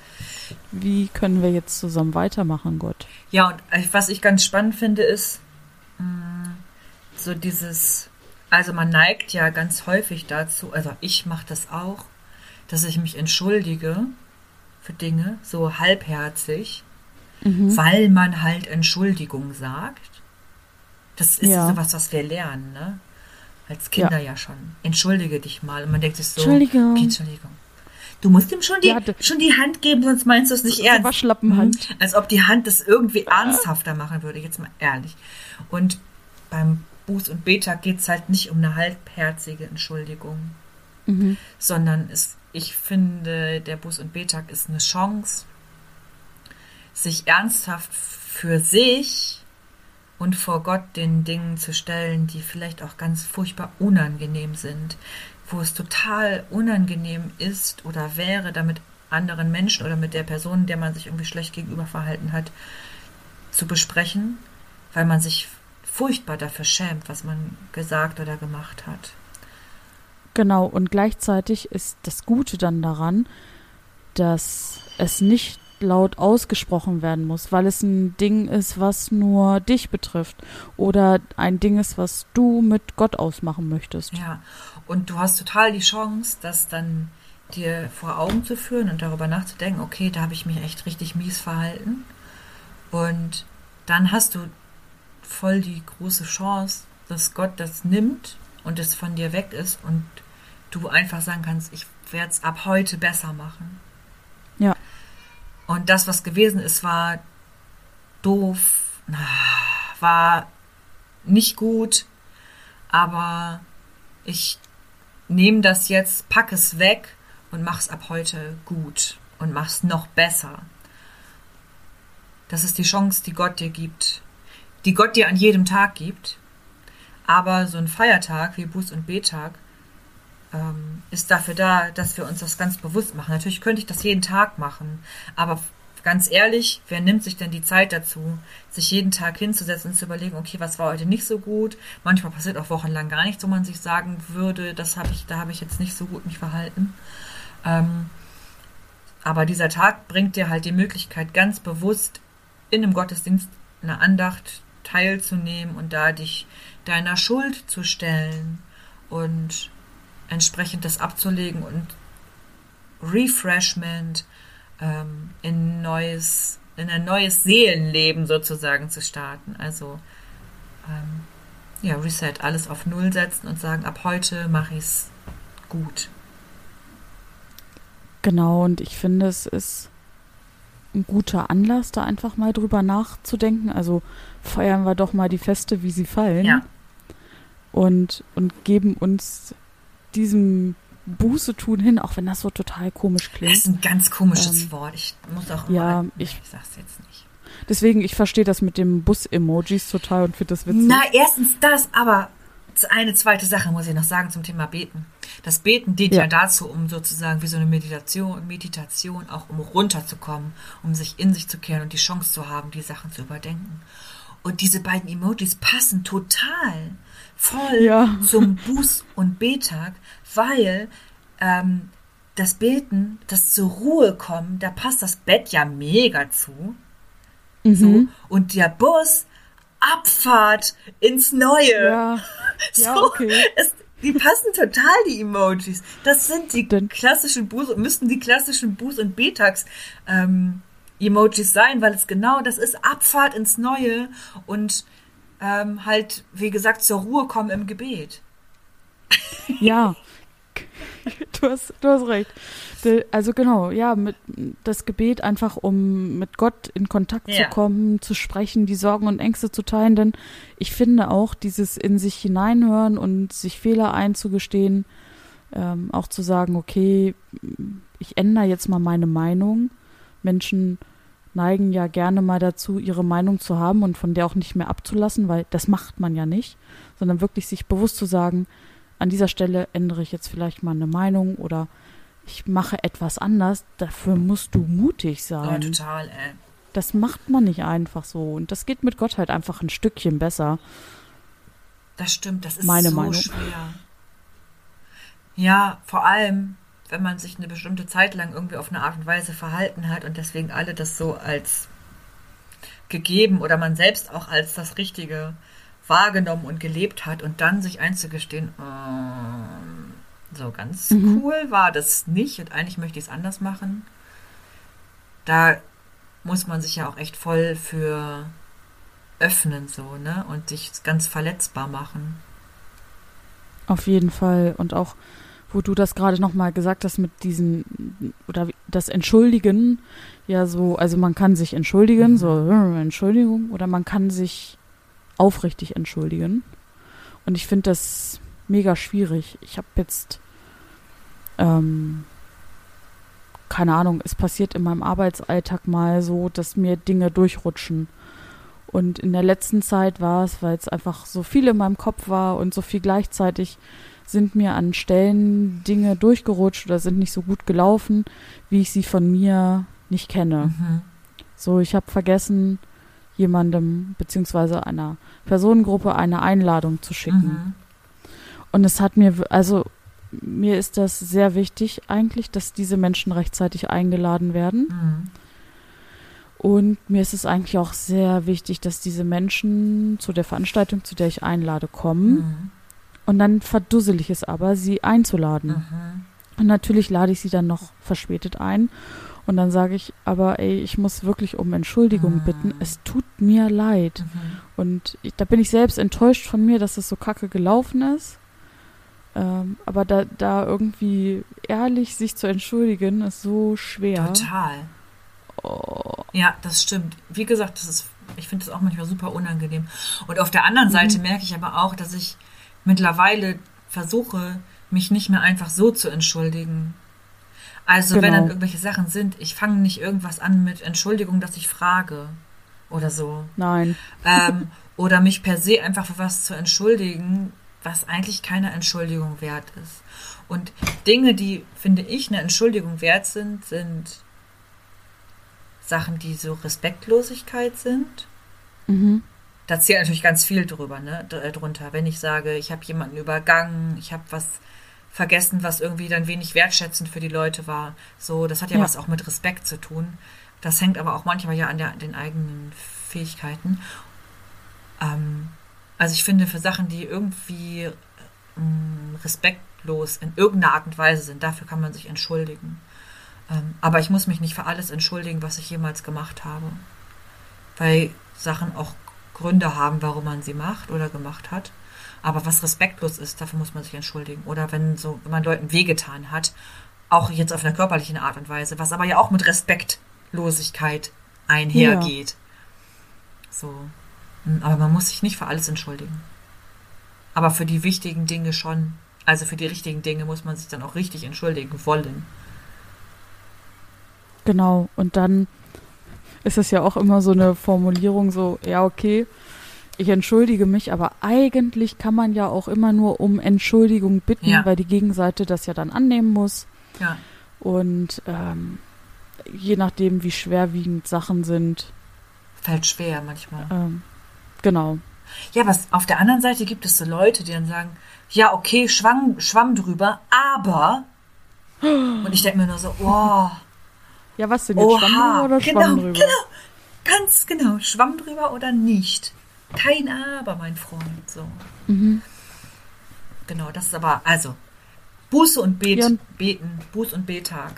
Wie können wir jetzt zusammen weitermachen, Gott? Ja, und was ich ganz spannend finde, ist mh, so dieses, also man neigt ja ganz häufig dazu, also ich mache das auch, dass ich mich entschuldige für Dinge, so halbherzig, mhm. weil man halt Entschuldigung sagt. Das ist ja sowas, was wir lernen, ne? Als Kinder ja. ja schon. Entschuldige dich mal. Und man denkt sich so, Entschuldigung. Okay, Entschuldigung. Du musst ihm schon die, ja, schon die Hand geben, sonst meinst du es nicht ernst. Waschlappenhand. Als ob die Hand das irgendwie ernsthafter machen würde, jetzt mal ehrlich. Und beim Buß- und Betag geht es halt nicht um eine halbherzige Entschuldigung, mhm. sondern es, ich finde, der Buß- und Betag ist eine Chance, sich ernsthaft für sich und vor Gott den Dingen zu stellen, die vielleicht auch ganz furchtbar unangenehm sind, wo es total unangenehm ist oder wäre, da mit anderen Menschen oder mit der Person, der man sich irgendwie schlecht gegenüber verhalten hat, zu besprechen, weil man sich furchtbar dafür schämt, was man gesagt oder gemacht hat. Genau, und gleichzeitig ist das Gute dann daran, dass es nicht laut ausgesprochen werden muss, weil es ein Ding ist, was nur dich betrifft oder ein Ding ist, was du mit Gott ausmachen möchtest. Ja, und du hast total die Chance, das dann dir vor Augen zu führen und darüber nachzudenken, okay, da habe ich mich echt richtig mies verhalten. Und dann hast du voll die große Chance, dass Gott das nimmt und es von dir weg ist und du einfach sagen kannst, ich werde es ab heute besser machen. Ja. Und das, was gewesen ist, war doof, war nicht gut, aber ich nehme das jetzt, pack es weg und mach es ab heute gut und mach es noch besser. Das ist die Chance, die Gott dir gibt, die Gott dir an jedem Tag gibt. Aber so ein Feiertag wie Buß- und Betag ähm, ist dafür da, dass wir uns das ganz bewusst machen. Natürlich könnte ich das jeden Tag machen, aber ganz ehrlich, wer nimmt sich denn die Zeit dazu, sich jeden Tag hinzusetzen und zu überlegen, okay, was war heute nicht so gut? Manchmal passiert auch wochenlang gar nichts, wo man sich sagen würde, das habe ich, da habe ich jetzt nicht so gut mich verhalten. Ähm, aber dieser Tag bringt dir halt die Möglichkeit, ganz bewusst in einem Gottesdienst eine Andacht teilzunehmen und da dich deiner Schuld zu stellen und entsprechend das abzulegen und Refreshment ähm, in neues, in ein neues Seelenleben sozusagen zu starten. Also ähm, ja, Reset, alles auf Null setzen und sagen, ab heute mache ich es gut. Genau, und ich finde, es ist ein guter Anlass, da einfach mal drüber nachzudenken. Also feiern wir doch mal die Feste, wie sie fallen. Ja. Und, und geben uns diesem Buße tun hin, auch wenn das so total komisch klingt. Das ist ein ganz komisches ähm, Wort. Ich muss auch ja, immer, ich, ich sag's jetzt nicht. Deswegen, ich verstehe das mit dem Bus-Emojis total und finde das witzig. Na, erstens das, aber eine zweite Sache muss ich noch sagen zum Thema Beten. Das Beten dient ja, ja dazu, um sozusagen wie so eine Meditation, Meditation auch um runterzukommen, um sich in sich zu kehren und die Chance zu haben, die Sachen zu überdenken. Und diese beiden Emojis passen total voll ja. zum Buß- und Betag, weil ähm, das Beten, das zur Ruhe kommen, da passt das Bett ja mega zu. Mhm. So, und der Bus, Abfahrt ins Neue. Ja, so, ja okay. Es, die passen total, die Emojis. Das sind die Denn, klassischen Buß- müssten die klassischen Buß- und Betags ähm, Emojis sein, weil es genau das ist, Abfahrt ins Neue und ähm, halt, wie gesagt, zur Ruhe kommen im Gebet. Ja, du hast, du hast recht. Also genau, ja, mit das Gebet einfach, um mit Gott in Kontakt ja. zu kommen, zu sprechen, die Sorgen und Ängste zu teilen, denn ich finde auch dieses in sich hineinhören und sich Fehler einzugestehen, ähm, auch zu sagen, okay, ich ändere jetzt mal meine Meinung. Menschen neigen ja gerne mal dazu, ihre Meinung zu haben und von der auch nicht mehr abzulassen, weil das macht man ja nicht, sondern wirklich sich bewusst zu sagen, an dieser Stelle ändere ich jetzt vielleicht mal eine Meinung oder ich mache etwas anders. Dafür musst du mutig sein. Oh, total, ey. Das macht man nicht einfach so und das geht mit Gott halt einfach ein Stückchen besser. Das stimmt, das ist Meine so Meinung. schwer. Ja, vor allem, wenn man sich eine bestimmte Zeit lang irgendwie auf eine Art und Weise verhalten hat und deswegen alle das so als gegeben oder man selbst auch als das Richtige wahrgenommen und gelebt hat und dann sich einzugestehen, ähm, so ganz Mhm. cool war das nicht und eigentlich möchte ich es anders machen. Da muss man sich ja auch echt voll für öffnen, so, ne? Und sich ganz verletzbar machen. Auf jeden Fall. Und auch, wo du das gerade nochmal gesagt hast mit diesen, oder wie- das Entschuldigen, ja so, also man kann sich entschuldigen, Mhm. so äh, Entschuldigung, oder man kann sich aufrichtig entschuldigen. Und ich finde das mega schwierig. Ich habe jetzt, ähm, keine Ahnung, es passiert in meinem Arbeitsalltag mal so, dass mir Dinge durchrutschen. Und in der letzten Zeit war es, weil es einfach so viel in meinem Kopf war und so viel gleichzeitig, sind mir an Stellen Dinge durchgerutscht oder sind nicht so gut gelaufen, wie ich sie von mir nicht kenne. Mhm. So, ich habe vergessen, jemandem beziehungsweise einer Personengruppe eine Einladung zu schicken. Mhm. Und es hat mir, w- also mir ist das sehr wichtig eigentlich, dass diese Menschen rechtzeitig eingeladen werden. Mhm. Und mir ist es eigentlich auch sehr wichtig, dass diese Menschen zu der Veranstaltung, zu der ich einlade, kommen. Mhm. Und dann verdussel ich es aber, sie einzuladen. Mhm. Und natürlich lade ich sie dann noch verspätet ein. Und dann sage ich, aber ey, ich muss wirklich um Entschuldigung Mhm. bitten. Es tut mir leid. Mhm. Und ich, da bin ich selbst enttäuscht von mir, dass es so kacke gelaufen ist. Ähm, aber da, da irgendwie ehrlich sich zu entschuldigen, ist so schwer. Total. Oh. Ja, das stimmt. Wie gesagt, das ist, ich finde das auch manchmal super unangenehm. Und auf der anderen Seite Mhm. merke ich aber auch, dass ich mittlerweile versuche, mich nicht mehr einfach so zu entschuldigen. Also wenn dann Genau. irgendwelche Sachen sind, ich fange nicht irgendwas an mit Entschuldigung, dass ich frage oder so. Nein. Ähm, oder mich per se einfach für was zu entschuldigen, was eigentlich keine Entschuldigung wert ist. Und Dinge, die, finde ich, eine Entschuldigung wert sind, sind Sachen, die so Respektlosigkeit sind. Mhm. Da zählt natürlich ganz viel drüber, ne, d- drunter. Wenn ich sage, ich habe jemanden übergangen, ich habe was vergessen, was irgendwie dann wenig wertschätzend für die Leute war. So, das hat ja Ja. was auch mit Respekt zu tun. Das hängt aber auch manchmal ja an der, den eigenen Fähigkeiten. Ähm, also ich finde, für Sachen, die irgendwie ähm, respektlos in irgendeiner Art und Weise sind, dafür kann man sich entschuldigen. Ähm, aber ich muss mich nicht für alles entschuldigen, was ich jemals gemacht habe. Weil Sachen auch Gründe haben, warum man sie macht oder gemacht hat. Aber was respektlos ist, dafür muss man sich entschuldigen. Oder wenn so, wenn man Leuten wehgetan hat, auch jetzt auf einer körperlichen Art und Weise, was aber ja auch mit Respektlosigkeit einhergeht. So. Aber man muss sich nicht für alles entschuldigen. Aber für die wichtigen Dinge schon. Also für die richtigen Dinge muss man sich dann auch richtig entschuldigen wollen. Genau. Und dann ist es ja auch immer so eine Formulierung so, ja, okay, ich entschuldige mich, aber eigentlich kann man ja auch immer nur um Entschuldigung bitten, Ja. weil die Gegenseite das ja dann annehmen muss. Ja. Und ähm, je nachdem, wie schwerwiegend Sachen sind, Fällt schwer manchmal. ähm, genau. Ja, was auf der anderen Seite gibt es so Leute, die dann sagen, ja, okay, Schwamm, Schwamm drüber, aber und ich denke mir nur so, oh, Ja, was denn jetzt? oha, Schwamm drüber oder genau, Schwamm drüber? genau, ganz genau, Schwamm drüber oder nicht. Kein Aber, mein Freund, so. Mhm. Genau, das ist aber, also, Buße und Bet, Ja, und- Beten, Buß- und Bettag.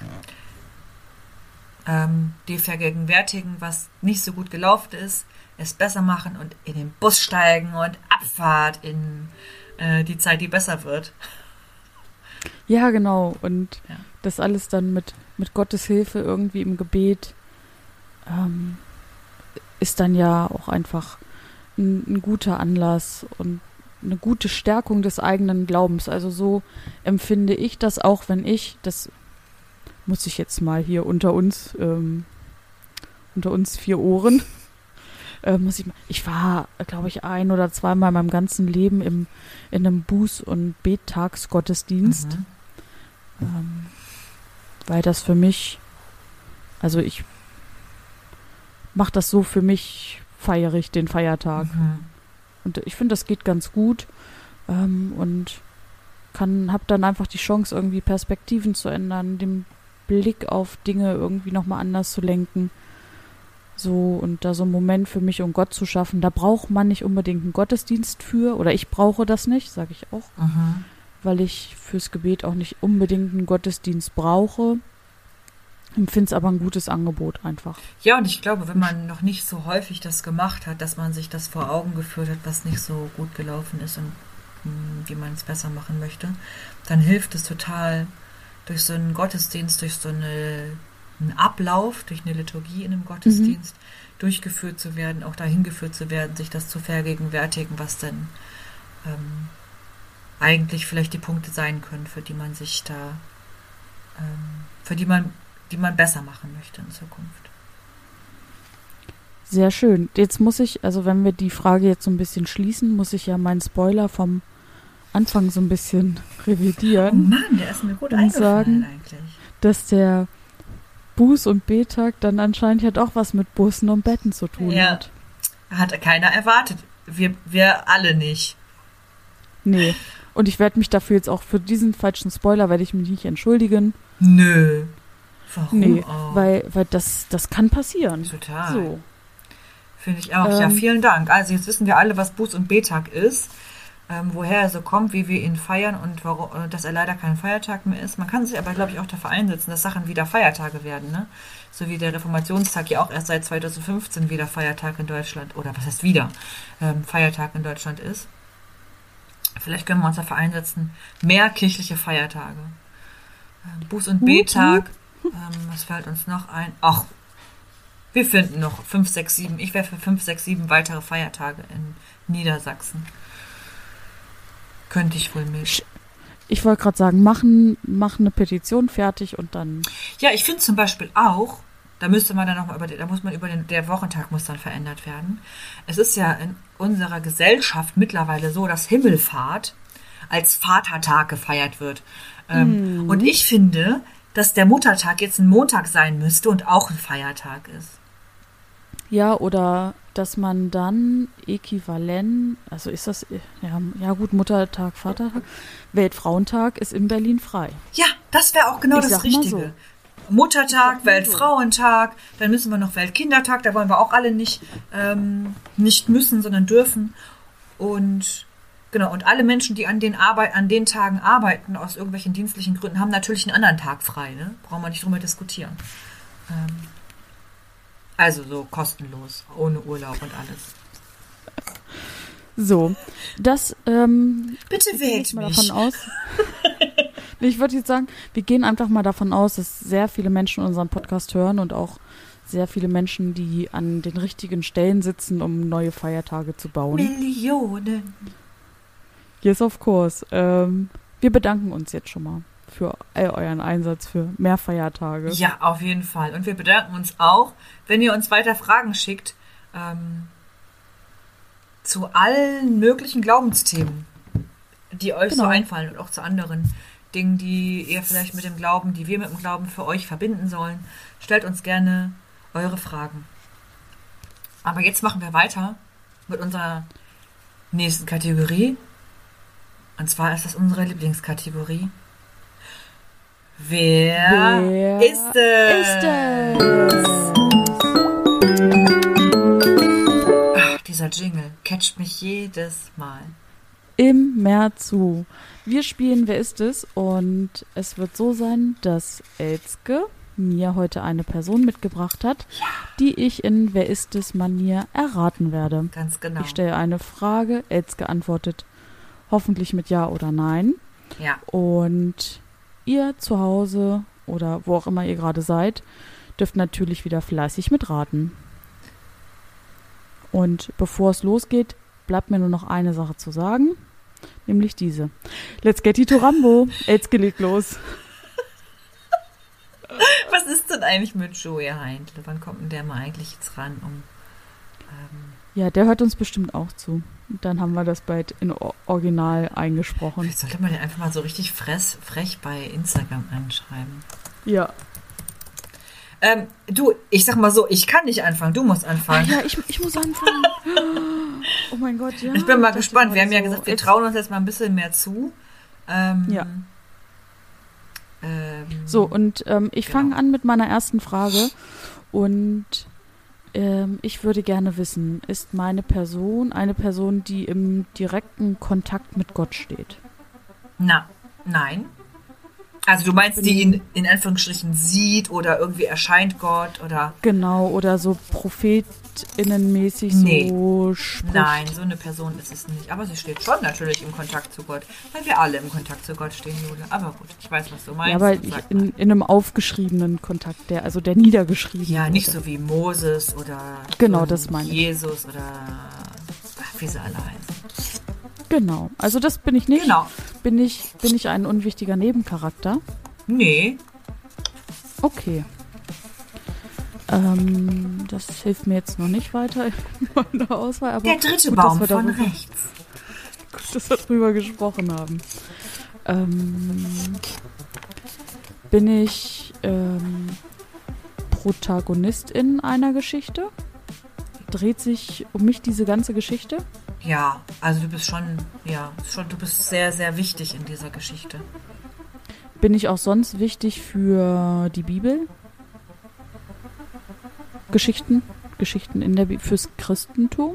Ähm, die vergegenwärtigen, was nicht so gut gelaufen ist, es besser machen und in den Bus steigen und Abfahrt in äh, die Zeit, die besser wird. Ja, genau. Und Ja. das alles dann mit, mit Gottes Hilfe irgendwie im Gebet ähm, ist dann ja auch einfach ein, ein guter Anlass und eine gute Stärkung des eigenen Glaubens. Also so empfinde ich das auch, wenn ich, das muss ich jetzt mal hier unter uns, ähm, unter uns vier Ohren, äh, muss ich mal, ich war, glaube ich, ein oder zweimal in meinem ganzen Leben im, in einem Buß- und Bettagsgottesdienst. Mhm. Ähm, weil das für mich, also ich mache das so für mich, feiere ich den Feiertag. Mhm. Und ich finde, das geht ganz gut. Ähm, und kann, habe dann einfach die Chance, irgendwie Perspektiven zu ändern, den Blick auf Dinge irgendwie nochmal anders zu lenken. So, und da so einen Moment für mich, um Gott zu schaffen, da braucht man nicht unbedingt einen Gottesdienst für, oder ich brauche das nicht, sage ich auch, Mhm. weil ich fürs Gebet auch nicht unbedingt einen Gottesdienst brauche. Empfinde es aber ein gutes Angebot einfach. Ja, und ich glaube, wenn man noch nicht so häufig das gemacht hat, dass man sich das vor Augen geführt hat, was nicht so gut gelaufen ist und mh, wie man es besser machen möchte, dann hilft es total, durch so einen Gottesdienst, durch so eine, einen Ablauf, durch eine Liturgie in einem Gottesdienst mhm. durchgeführt zu werden, auch dahin geführt zu werden, sich das zu vergegenwärtigen, was denn ähm, eigentlich vielleicht die Punkte sein können, für die man sich da, ähm, für die man die man besser machen möchte in Zukunft. Sehr schön. Jetzt muss ich, also wenn wir die Frage jetzt so ein bisschen schließen, muss ich ja meinen Spoiler vom Anfang so ein bisschen revidieren. Oh Mann, der ist mir gut und eingefallen sagen, eigentlich. Dass der Buß- und B-Tag dann anscheinend ja doch was mit Bussen und Betten zu tun ja. hat. Hat keiner erwartet. Wir, wir alle nicht. Nee. Und ich werde mich dafür jetzt auch, für diesen falschen Spoiler werde ich mich nicht entschuldigen. Nö. Warum nee, auch? weil, weil das, das kann passieren. Total. So. Finde ich auch. Ähm, ja, vielen Dank. Also jetzt wissen wir alle, was Buß- und B-Tag ist, ähm, woher er so kommt, wie wir ihn feiern und warum, äh, dass er leider kein Feiertag mehr ist. Man kann sich aber, glaube ich, auch dafür einsetzen, dass Sachen wieder Feiertage werden. Ne? So wie der Reformationstag ja auch erst seit zweitausendfünfzehn wieder Feiertag in Deutschland, oder was heißt wieder, ähm, Feiertag in Deutschland ist. Vielleicht können wir uns dafür einsetzen, mehr kirchliche Feiertage. Ähm, Buß- und B-Tag. Ähm, was fällt uns noch ein? Ach, wir finden noch fünf, sechs, sieben. Ich wäre für fünf, sechs, sieben weitere Feiertage in Niedersachsen. Könnte ich wohl mit. Ich wollte gerade sagen, machen, machen eine Petition fertig und dann. Ja, ich finde zum Beispiel auch, da müsste man dann noch mal über, da muss man über den, der Wochentag muss dann verändert werden. Es ist ja in unserer Gesellschaft mittlerweile so, dass Himmelfahrt als Vatertag gefeiert wird. Ähm, Mhm. Und ich finde, dass der Muttertag jetzt ein Montag sein müsste und auch ein Feiertag ist. Ja, oder dass man dann äquivalent, also ist das, ja, ja gut, Muttertag, Vatertag, Weltfrauentag ist in Berlin frei. Ja, das wäre auch genau Ich das sag mal Richtige. so. Muttertag, Ich sag mal Weltfrauentag, dann müssen wir noch Weltkindertag, da wollen wir auch alle nicht, ähm, nicht müssen, sondern dürfen. Und genau, und alle Menschen, die an den, Arbeit, an den Tagen arbeiten, aus irgendwelchen dienstlichen Gründen, haben natürlich einen anderen Tag frei. Ne? Brauchen wir nicht drüber diskutieren. Ähm, also so kostenlos, ohne Urlaub und alles. So, das, ähm, Bitte wir gehen wählt jetzt mal mich. davon aus. Nee, ich würde jetzt sagen, wir gehen einfach mal davon aus, dass sehr viele Menschen unseren Podcast hören und auch sehr viele Menschen, die an den richtigen Stellen sitzen, um neue Feiertage zu bauen. Millionen. Yes, of course. Ähm, wir bedanken uns jetzt schon mal für all euren Einsatz für mehr Feiertage. Ja, auf jeden Fall. Und wir bedanken uns auch, wenn ihr uns weiter Fragen schickt ähm, zu allen möglichen Glaubensthemen, die euch Genau. so einfallen und auch zu anderen Dingen, die ihr vielleicht mit dem Glauben, die wir mit dem Glauben für euch verbinden sollen. Stellt uns gerne eure Fragen. Aber jetzt machen wir weiter mit unserer nächsten Kategorie. Und zwar ist das unsere Lieblingskategorie. Wer, Wer ist es? ist es? Ach, dieser Jingle catcht mich jedes Mal. Im März zu. Wir spielen Wer ist es? Und es wird so sein, dass Elske mir heute eine Person mitgebracht hat, Ja. die ich in Wer ist es Manier erraten werde. Ganz genau. Ich stelle eine Frage, Elske antwortet hoffentlich mit Ja oder Nein. Ja. Und ihr zu Hause oder wo auch immer ihr gerade seid, dürft natürlich wieder fleißig mitraten. Und bevor es losgeht, bleibt mir nur noch eine Sache zu sagen, nämlich diese. Let's get it to Rambo. Elske legt los. Was ist denn eigentlich mit Joey Heindle? Wann kommt denn der mal eigentlich jetzt ran? Um, ähm, Ja, der hört uns bestimmt auch zu. Und dann haben wir das bald in O- Original eingesprochen. vielleicht sollte man den einfach mal so richtig fress, frech bei Instagram anschreiben. Ja. Ähm, du, ich sag mal so, ich kann nicht anfangen, du musst Ah, anfangen. ja, ich, ich muss anfangen. Oh mein Gott, ja. ich bin mal dachte gespannt. Wir gerade haben ja so, gesagt, wir jetzt- trauen uns jetzt mal ein bisschen mehr zu. Ähm, Ja. Ähm, So, und ähm, ich genau. fange an mit meiner ersten Frage. Und ähm, ich würde gerne wissen, ist meine Person eine Person, die im direkten Kontakt mit Gott steht? Na, nein. Also du meinst, die Bin- ihn in Anführungsstrichen sieht oder irgendwie erscheint Gott oder... Genau, oder so prophetinnenmäßig Nee. so spricht. Nein, so eine Person ist es nicht. Aber sie steht schon natürlich im Kontakt zu Gott. Weil wir alle im Kontakt zu Gott stehen, Jule. Aber gut, ich weiß, was du meinst. Ja, aber und ich, sag in, mal. in einem aufgeschriebenen Kontakt, der, also der niedergeschrieben Ja, nicht wurde. so wie Moses oder Genau, so das meine ich. Jesus oder ach, wie sie alle heißen. Genau, also das bin ich nicht. Genau. Bin ich, bin ich ein unwichtiger Nebencharakter? Nee. Okay. Ähm, das hilft mir jetzt noch nicht weiter in meiner Auswahl. Aber Der dritte gut, dass Baum wir von darüber, rechts. gut, dass wir drüber gesprochen haben. Ähm, bin ich ähm, Protagonistin einer Geschichte? Dreht sich um mich diese ganze Geschichte? Ja, also du bist schon, ja, schon, du bist sehr, sehr wichtig in dieser Geschichte. Bin ich auch sonst wichtig für die Bibel? Geschichten? Geschichten in der Bibel fürs Christentum?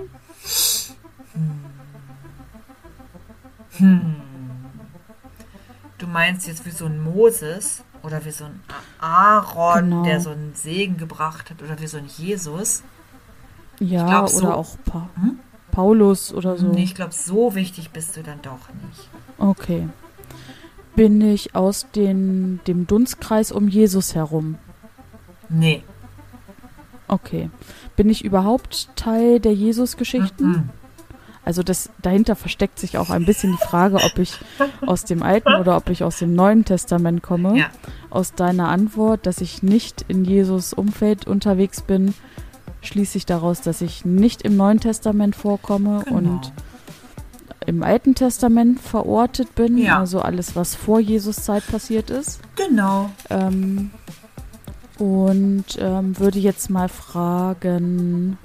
Hm. Du meinst jetzt wie so ein Moses oder wie so ein Aaron, Genau. der so einen Segen gebracht hat oder wie so ein Jesus? Ja, glaub, so- oder auch pa Hm? Paulus oder so. Nee, ich glaube, so wichtig bist du dann doch nicht. Okay. Bin ich aus den, dem Dunstkreis um Jesus herum? Nee. Okay. Bin ich überhaupt Teil der Jesus-Geschichten? Mhm. Also das dahinter versteckt sich auch ein bisschen die Frage, ob ich aus dem Alten oder ob ich aus dem Neuen Testament komme. Ja. Aus deiner Antwort, dass ich nicht in Jesus Umfeld unterwegs bin, schließe ich daraus, dass ich nicht im Neuen Testament vorkomme Genau. und im Alten Testament verortet bin, Ja. also alles, was vor Jesus Zeit passiert ist. Genau. Ähm, und ähm, würde jetzt mal fragen,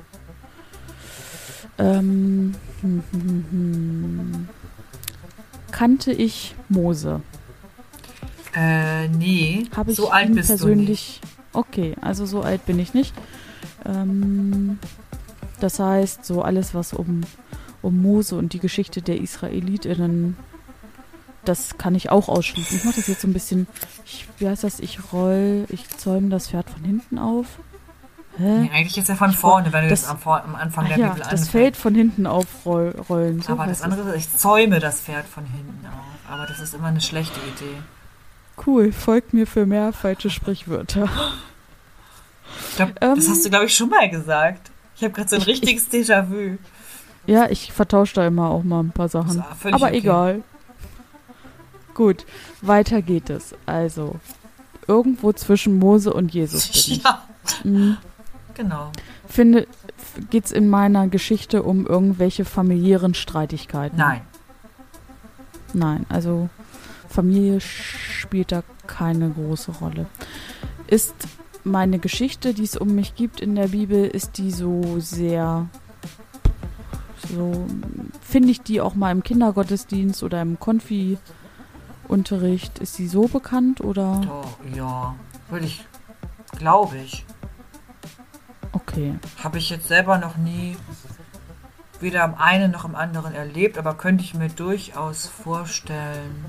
ähm, hm, hm, hm, hm. kannte ich Mose? Äh, nee. Habe ich so alt ihn bist persönlich? Okay, also so alt bin ich nicht. Ähm, das heißt, so alles, was um, um Mose und die Geschichte der IsraelitInnen, das kann ich auch ausschließen. Ich mache das jetzt so ein bisschen, ich, wie heißt das, ich roll, ich zäume das Pferd von hinten auf. du Hä? nicht. Nee, eigentlich ist ja von vorne, wenn du das- das am, Vor- am Anfang Ach der ja, Bibel das anfängst. Feld von hinten aufrollen. So Aber das heißt es. andere ist, ich zäume das Pferd von hinten auf. Aber das ist immer eine schlechte Idee. Cool, folgt mir für mehr falsche Sprichwörter. Ich glaub, Ähm, das hast du, glaube ich, schon mal gesagt. Ich habe gerade so ein Ich- richtiges Déjà-vu. Ja, ich vertausche da immer auch mal ein paar Sachen. So, völlig Aber okay. egal. Gut, weiter geht es. Also, irgendwo zwischen Mose und Jesus bin ich. Ja, Mhm. genau. Finde, geht es in meiner Geschichte um irgendwelche familiären Streitigkeiten? Nein. Nein, also Familie spielt da keine große Rolle. Ist meine Geschichte, die es um mich gibt in der Bibel, ist die so sehr, so, finde ich die auch mal im Kindergottesdienst oder im Konfi-Unterricht, ist die so bekannt oder? Doch, ja. Würde ich, glaube ich. Okay. Habe ich jetzt selber noch nie weder am einen noch am anderen erlebt, aber könnte ich mir durchaus vorstellen,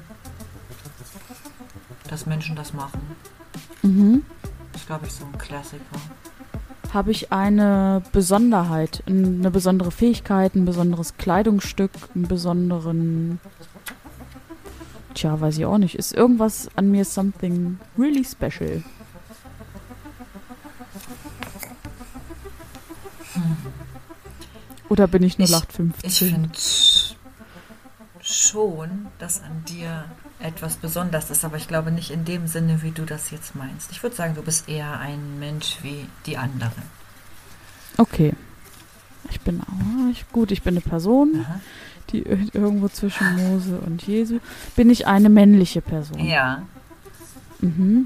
dass Menschen das machen. Mhm. Das ist, glaube ich, so ein Klassiker. Habe ich eine Besonderheit, eine besondere Fähigkeit, ein besonderes Kleidungsstück, einen besonderen... Tja, weiß ich auch nicht. Ist irgendwas an mir something really special? Oder bin ich nur Ich- null acht fünfzehn? Ich finde schon, dass an dir etwas Besonderes ist, aber ich glaube nicht in dem Sinne, wie du das jetzt meinst. Ich würde sagen, du bist eher ein Mensch wie die anderen. Okay. Ich bin auch... Ich, gut, ich bin eine Person, Aha. die ir- irgendwo zwischen Mose und Jesu... Bin ich eine männliche Person? Ja. Mhm.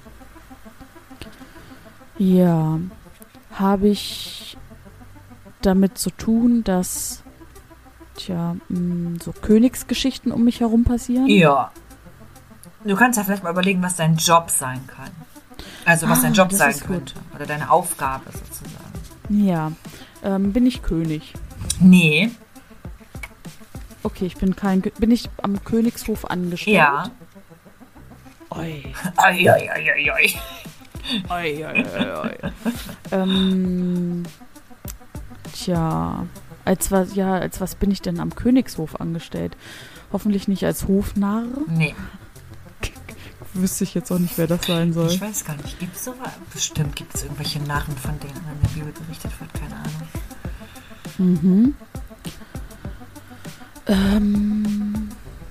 Ja. Habe ich damit zu tun, dass tja, mh, so Königsgeschichten um mich herum passieren? Ja. Du kannst ja vielleicht mal überlegen, was dein Job sein kann. Also was Ah, dein Job das sein ist könnte. Oder deine Aufgabe sozusagen. Ja. Ähm, bin ich König? Nee. Okay, ich bin kein. Kö- Bin ich am Königshof angestellt? Ja. Oi. Oi, oi, oi, oi, oi. Oi, oi, oi, oi. ähm, tja, als was, ja, als was bin ich denn am Königshof angestellt? Hoffentlich nicht als Hofnarr. Nee. Wüsste ich jetzt auch nicht, wer das sein soll. Ich weiß gar nicht. Gibt es sowas? Bestimmt gibt es irgendwelche Narren, von denen in der Bibel berichtet wird. Keine Ahnung. Mhm. Ähm,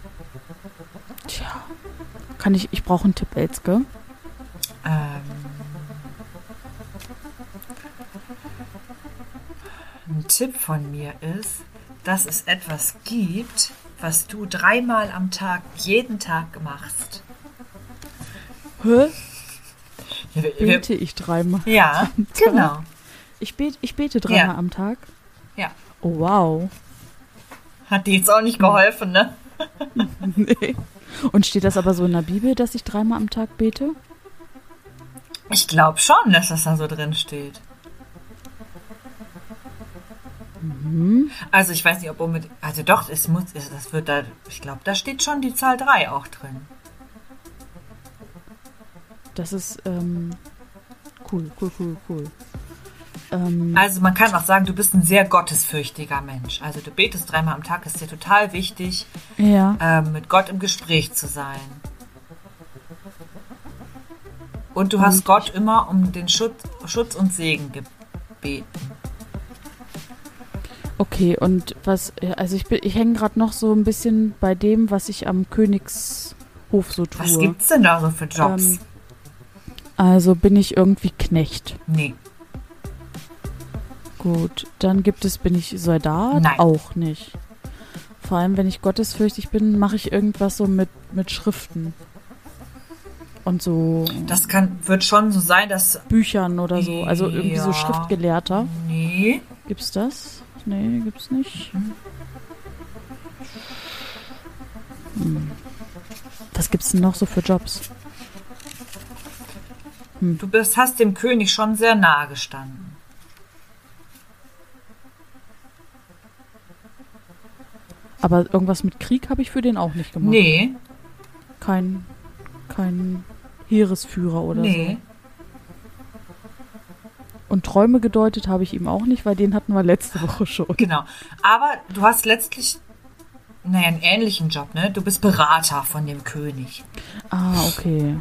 tja, kann ich, ich brauche einen Tipp, Elske. Ähm, ein Tipp von mir ist, dass es etwas gibt, was du dreimal am Tag, jeden Tag machst. Hä? Ja, wir- Bete ich dreimal? ja genau. Ich bete, ich bete dreimal Ja. am Tag? Ja. Oh, wow. Hat dir jetzt auch nicht geholfen, ne? Nee. Und steht das aber so in der Bibel, dass ich dreimal am Tag bete? Ich glaube schon, dass das da so drin steht. Mhm. Also ich weiß nicht, ob unbedingt. Also doch, es muss, es- das wird da. Ich glaube, da steht schon die Zahl drei auch drin. Das ist ähm, cool, cool, cool, cool. Ähm, Also man kann auch sagen, du bist ein sehr gottesfürchtiger Mensch. Also du betest dreimal am Tag, ist dir total wichtig, ja. ähm, mit Gott im Gespräch zu sein. Und du hast Und Gott immer um den Schutz, Schutz und Segen gebeten. Okay, und was, ja, also ich bin, ich hänge gerade noch so ein bisschen bei dem, was ich am Königshof so tue. Was gibt's denn da so für Jobs? Ähm, Also bin ich irgendwie Knecht. Nee. Gut, dann gibt es, bin ich Soldat? Nein. Auch nicht. Vor allem, wenn ich gottesfürchtig bin, mache ich irgendwas so mit, mit Schriften. Und so Das kann, wird schon so sein, dass. Büchern oder so. Also irgendwie so Ja. Schriftgelehrter. Nee. Gibt's das? Nee, gibt's nicht. Hm. Was gibt's denn noch so für Jobs? Du bist, hast dem König schon sehr nahe gestanden. Aber irgendwas mit Krieg habe ich für den auch nicht gemacht. Nee. Kein, kein Heeresführer oder Nee. so. Und Träume gedeutet habe ich ihm auch nicht, weil den hatten wir letzte Woche schon. Genau. Aber du hast letztlich, naja, einen ähnlichen Job, ne? Du bist Berater von dem König. Ah, okay.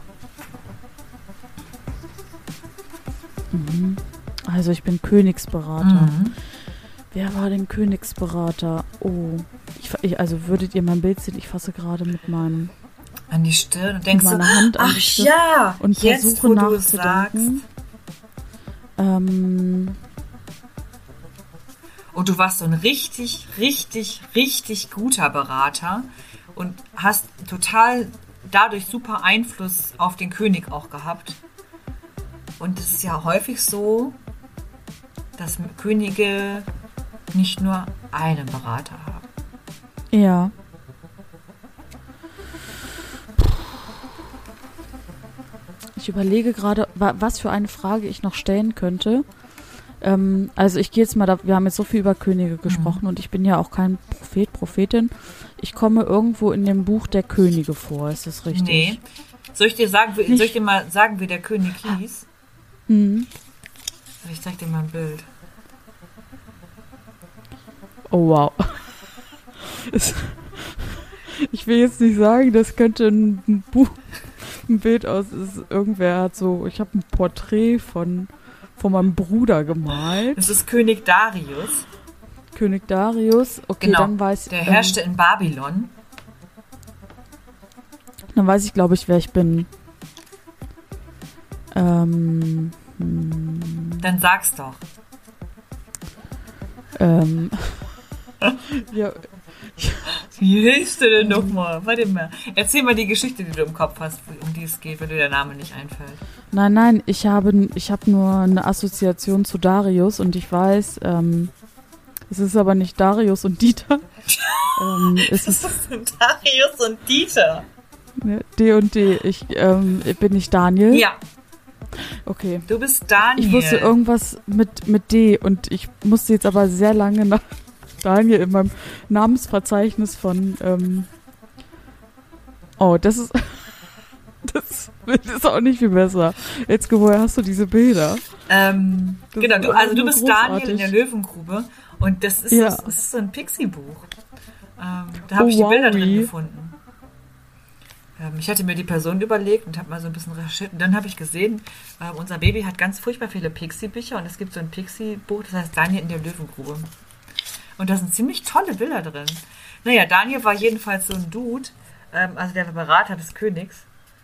Mhm. Also ich bin Königsberater. Mhm. Wer war denn Königsberater? Oh, ich, ich, also würdet ihr mein Bild sehen? Ich fasse gerade mit meinem An die Stirn und denkst mit so, meiner Hand an ach die Stirn ja, und jetzt, versuche wo du es sagst. nachzudenken. Ähm, Und du warst so ein richtig, richtig, richtig guter Berater und hast total dadurch super Einfluss auf den König auch gehabt. Und es ist ja häufig so, dass Könige nicht nur einen Berater haben. ja. Ich überlege gerade, wa- was für eine Frage ich noch stellen könnte. Ähm, also ich gehe jetzt mal, da, wir haben jetzt so viel über Könige gesprochen und ich bin ja auch kein Prophet, Prophetin. Ich komme irgendwo in dem Buch der Könige vor, ist das richtig? Nee. Soll ich dir sagen, wie, Nicht- soll ich dir mal sagen, wie der König hieß? Hm. Ich zeig dir mal ein Bild. Oh wow. Es- Ich will jetzt nicht sagen, das könnte ein Buch, ein Bild aus, ist, irgendwer hat so, ich habe ein Porträt von, von meinem Bruder gemalt. Das ist König Darius. König Darius. Okay, Genau. dann weiß Der herrschte in Babylon. Ähm, dann weiß ich, glaube ich, wer ich bin. Ähm, hm, Dann sag's doch. ähm, ja, Wie hilfst du denn nochmal? Warte mal. Erzähl mal die Geschichte, die du im Kopf hast, um die es geht, wenn dir der Name nicht einfällt. nein, nein, ich habe, ich habe nur eine Assoziation zu Darius und ich weiß, ähm, es ist aber nicht Darius und Dieter. ähm, es Das ist, sind Darius und Dieter. Ne, D und D. Ich, ähm, bin ich Daniel? Ja. Okay. Du bist Daniel. Ich wusste irgendwas mit, mit D und ich musste jetzt aber sehr lange nach Daniel in meinem Namensverzeichnis von, ähm, oh, das ist, das ist auch nicht viel besser. Jetzt, woher hast du diese Bilder? Ähm, genau, du, also du bist großartig. Daniel in der Löwengrube und das ist, Ja. das, das ist so ein Pixie-Buch. Ähm, da habe Oh, ich die Bilder wow. drin gefunden. Ähm, ich hatte mir die Person überlegt und habe mal so ein bisschen recherchiert und dann habe ich gesehen, äh, unser Baby hat ganz furchtbar viele Pixie-Bücher und es gibt so ein Pixie-Buch, das heißt Daniel in der Löwengrube. Und da sind ziemlich tolle Bilder drin. Naja, Daniel war jedenfalls so ein Dude, ähm, also der war Berater des Königs.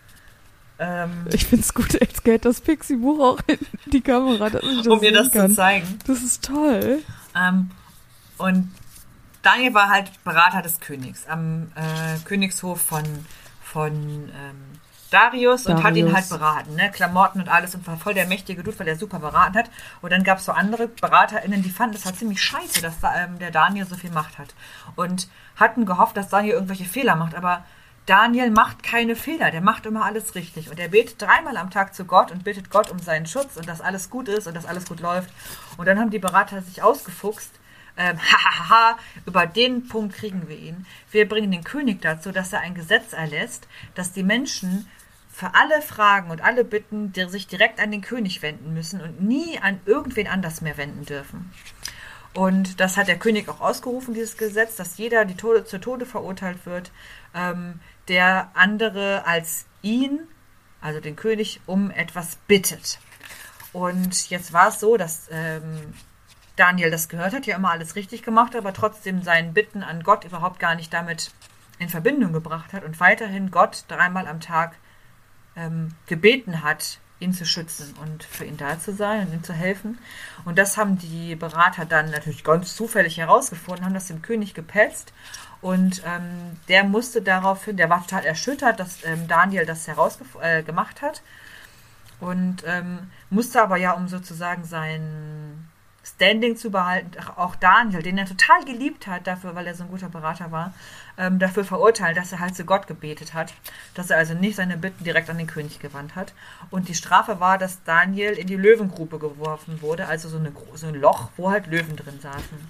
Ähm, Ich find's gut, jetzt geht das Pixie-Buch auch in die Kamera, dass ich das um mir sehen das kann. zu zeigen. Das ist toll. Ähm, und Daniel war halt Berater des Königs am äh, Königshof von, von ähm, Darius und Darius. hat ihn halt beraten, ne? Klamotten und alles und war voll der mächtige Dude, weil er super beraten hat. Und dann gab es so andere BeraterInnen, die fanden das halt ziemlich scheiße, dass ähm, der Daniel so viel Macht hat. Und hatten gehofft, dass Daniel irgendwelche Fehler macht, aber Daniel macht keine Fehler, der macht immer alles richtig. Und er betet dreimal am Tag zu Gott und bittet Gott um seinen Schutz und dass alles gut ist und dass alles gut läuft. Und dann haben die Berater sich ausgefuchst, ähm, hahaha, über den Punkt kriegen wir ihn. Wir bringen den König dazu, dass er ein Gesetz erlässt, dass die Menschen für alle Fragen und alle Bitten die sich direkt an den König wenden müssen und nie an irgendwen anders mehr wenden dürfen. Und das hat der König auch ausgerufen, dieses Gesetz, dass jeder die Tode, zu Tode verurteilt wird, ähm, der andere als ihn, also den König, um etwas bittet. Und jetzt war es so, dass ähm, Daniel das gehört hat, ja immer alles richtig gemacht hat, aber trotzdem seinen Bitten an Gott überhaupt gar nicht damit in Verbindung gebracht hat und weiterhin Gott dreimal am Tag ähm, gebeten hat, ihn zu schützen und für ihn da zu sein und ihm zu helfen. Und das haben die Berater dann natürlich ganz zufällig herausgefunden, haben das dem König gepetzt und ähm, der musste daraufhin, der war total erschüttert, dass ähm, Daniel das herausgemacht äh, gemacht hat und ähm, musste aber ja, um sozusagen sein Standing zu behalten, auch Daniel, den er total geliebt hat, dafür, weil er so ein guter Berater war, ähm, dafür verurteilt, dass er halt zu Gott gebetet hat, dass er also nicht seine Bitten direkt an den König gewandt hat. Und die Strafe war, dass Daniel in die Löwengrube geworfen wurde, also so, eine, so ein Loch, wo halt Löwen drin saßen.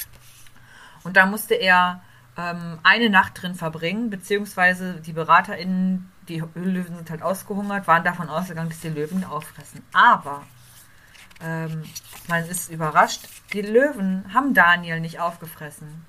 Und da musste er ähm, eine Nacht drin verbringen, beziehungsweise die BeraterInnen, die Löwen sind halt ausgehungert, waren davon ausgegangen, dass die Löwen auffressen. Aber Ähm, man ist überrascht, die Löwen haben Daniel nicht aufgefressen.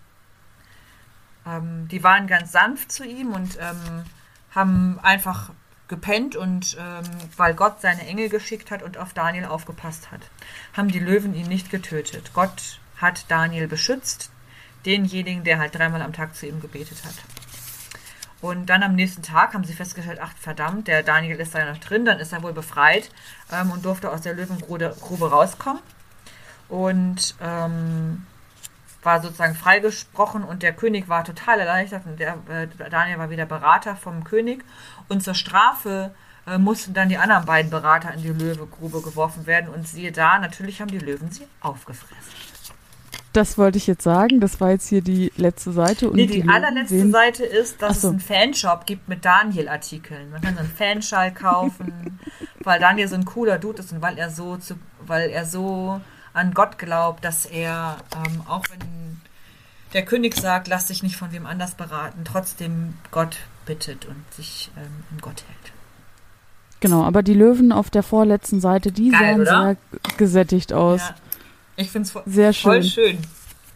Ähm, die waren ganz sanft zu ihm und ähm, haben einfach gepennt und ähm, weil Gott seine Engel geschickt hat und auf Daniel aufgepasst hat, haben die Löwen ihn nicht getötet. Gott hat Daniel beschützt, denjenigen, der halt dreimal am Tag zu ihm gebetet hat. Und dann am nächsten Tag haben sie festgestellt, ach verdammt, der Daniel ist da ja noch drin, dann ist er wohl befreit ähm, und durfte aus der Löwengrube Grube rauskommen. Und ähm, war sozusagen freigesprochen und der König war total erleichtert und der äh, Daniel war wieder Berater vom König. Und zur Strafe äh, mussten dann die anderen beiden Berater in die Löwengrube geworfen werden und siehe da, natürlich haben die Löwen sie aufgefressen. Das wollte ich jetzt sagen. Das war jetzt hier die letzte Seite. Und nee, die, die allerletzte sehen... Seite ist, dass Ach so. es einen Fanshop gibt mit Daniel-Artikeln. Man kann so einen Fanschal kaufen, weil Daniel so ein cooler Dude ist und weil er so, zu, weil er so an Gott glaubt, dass er, ähm, auch wenn der König sagt, lass dich nicht von wem anders beraten, trotzdem Gott bittet und sich ähm, an Gott hält. Genau, aber die Löwen auf der vorletzten Seite, die Geil, sahen oder? sehr gesättigt aus. Ja. Ich finde es vo- Sehr voll schön. schön.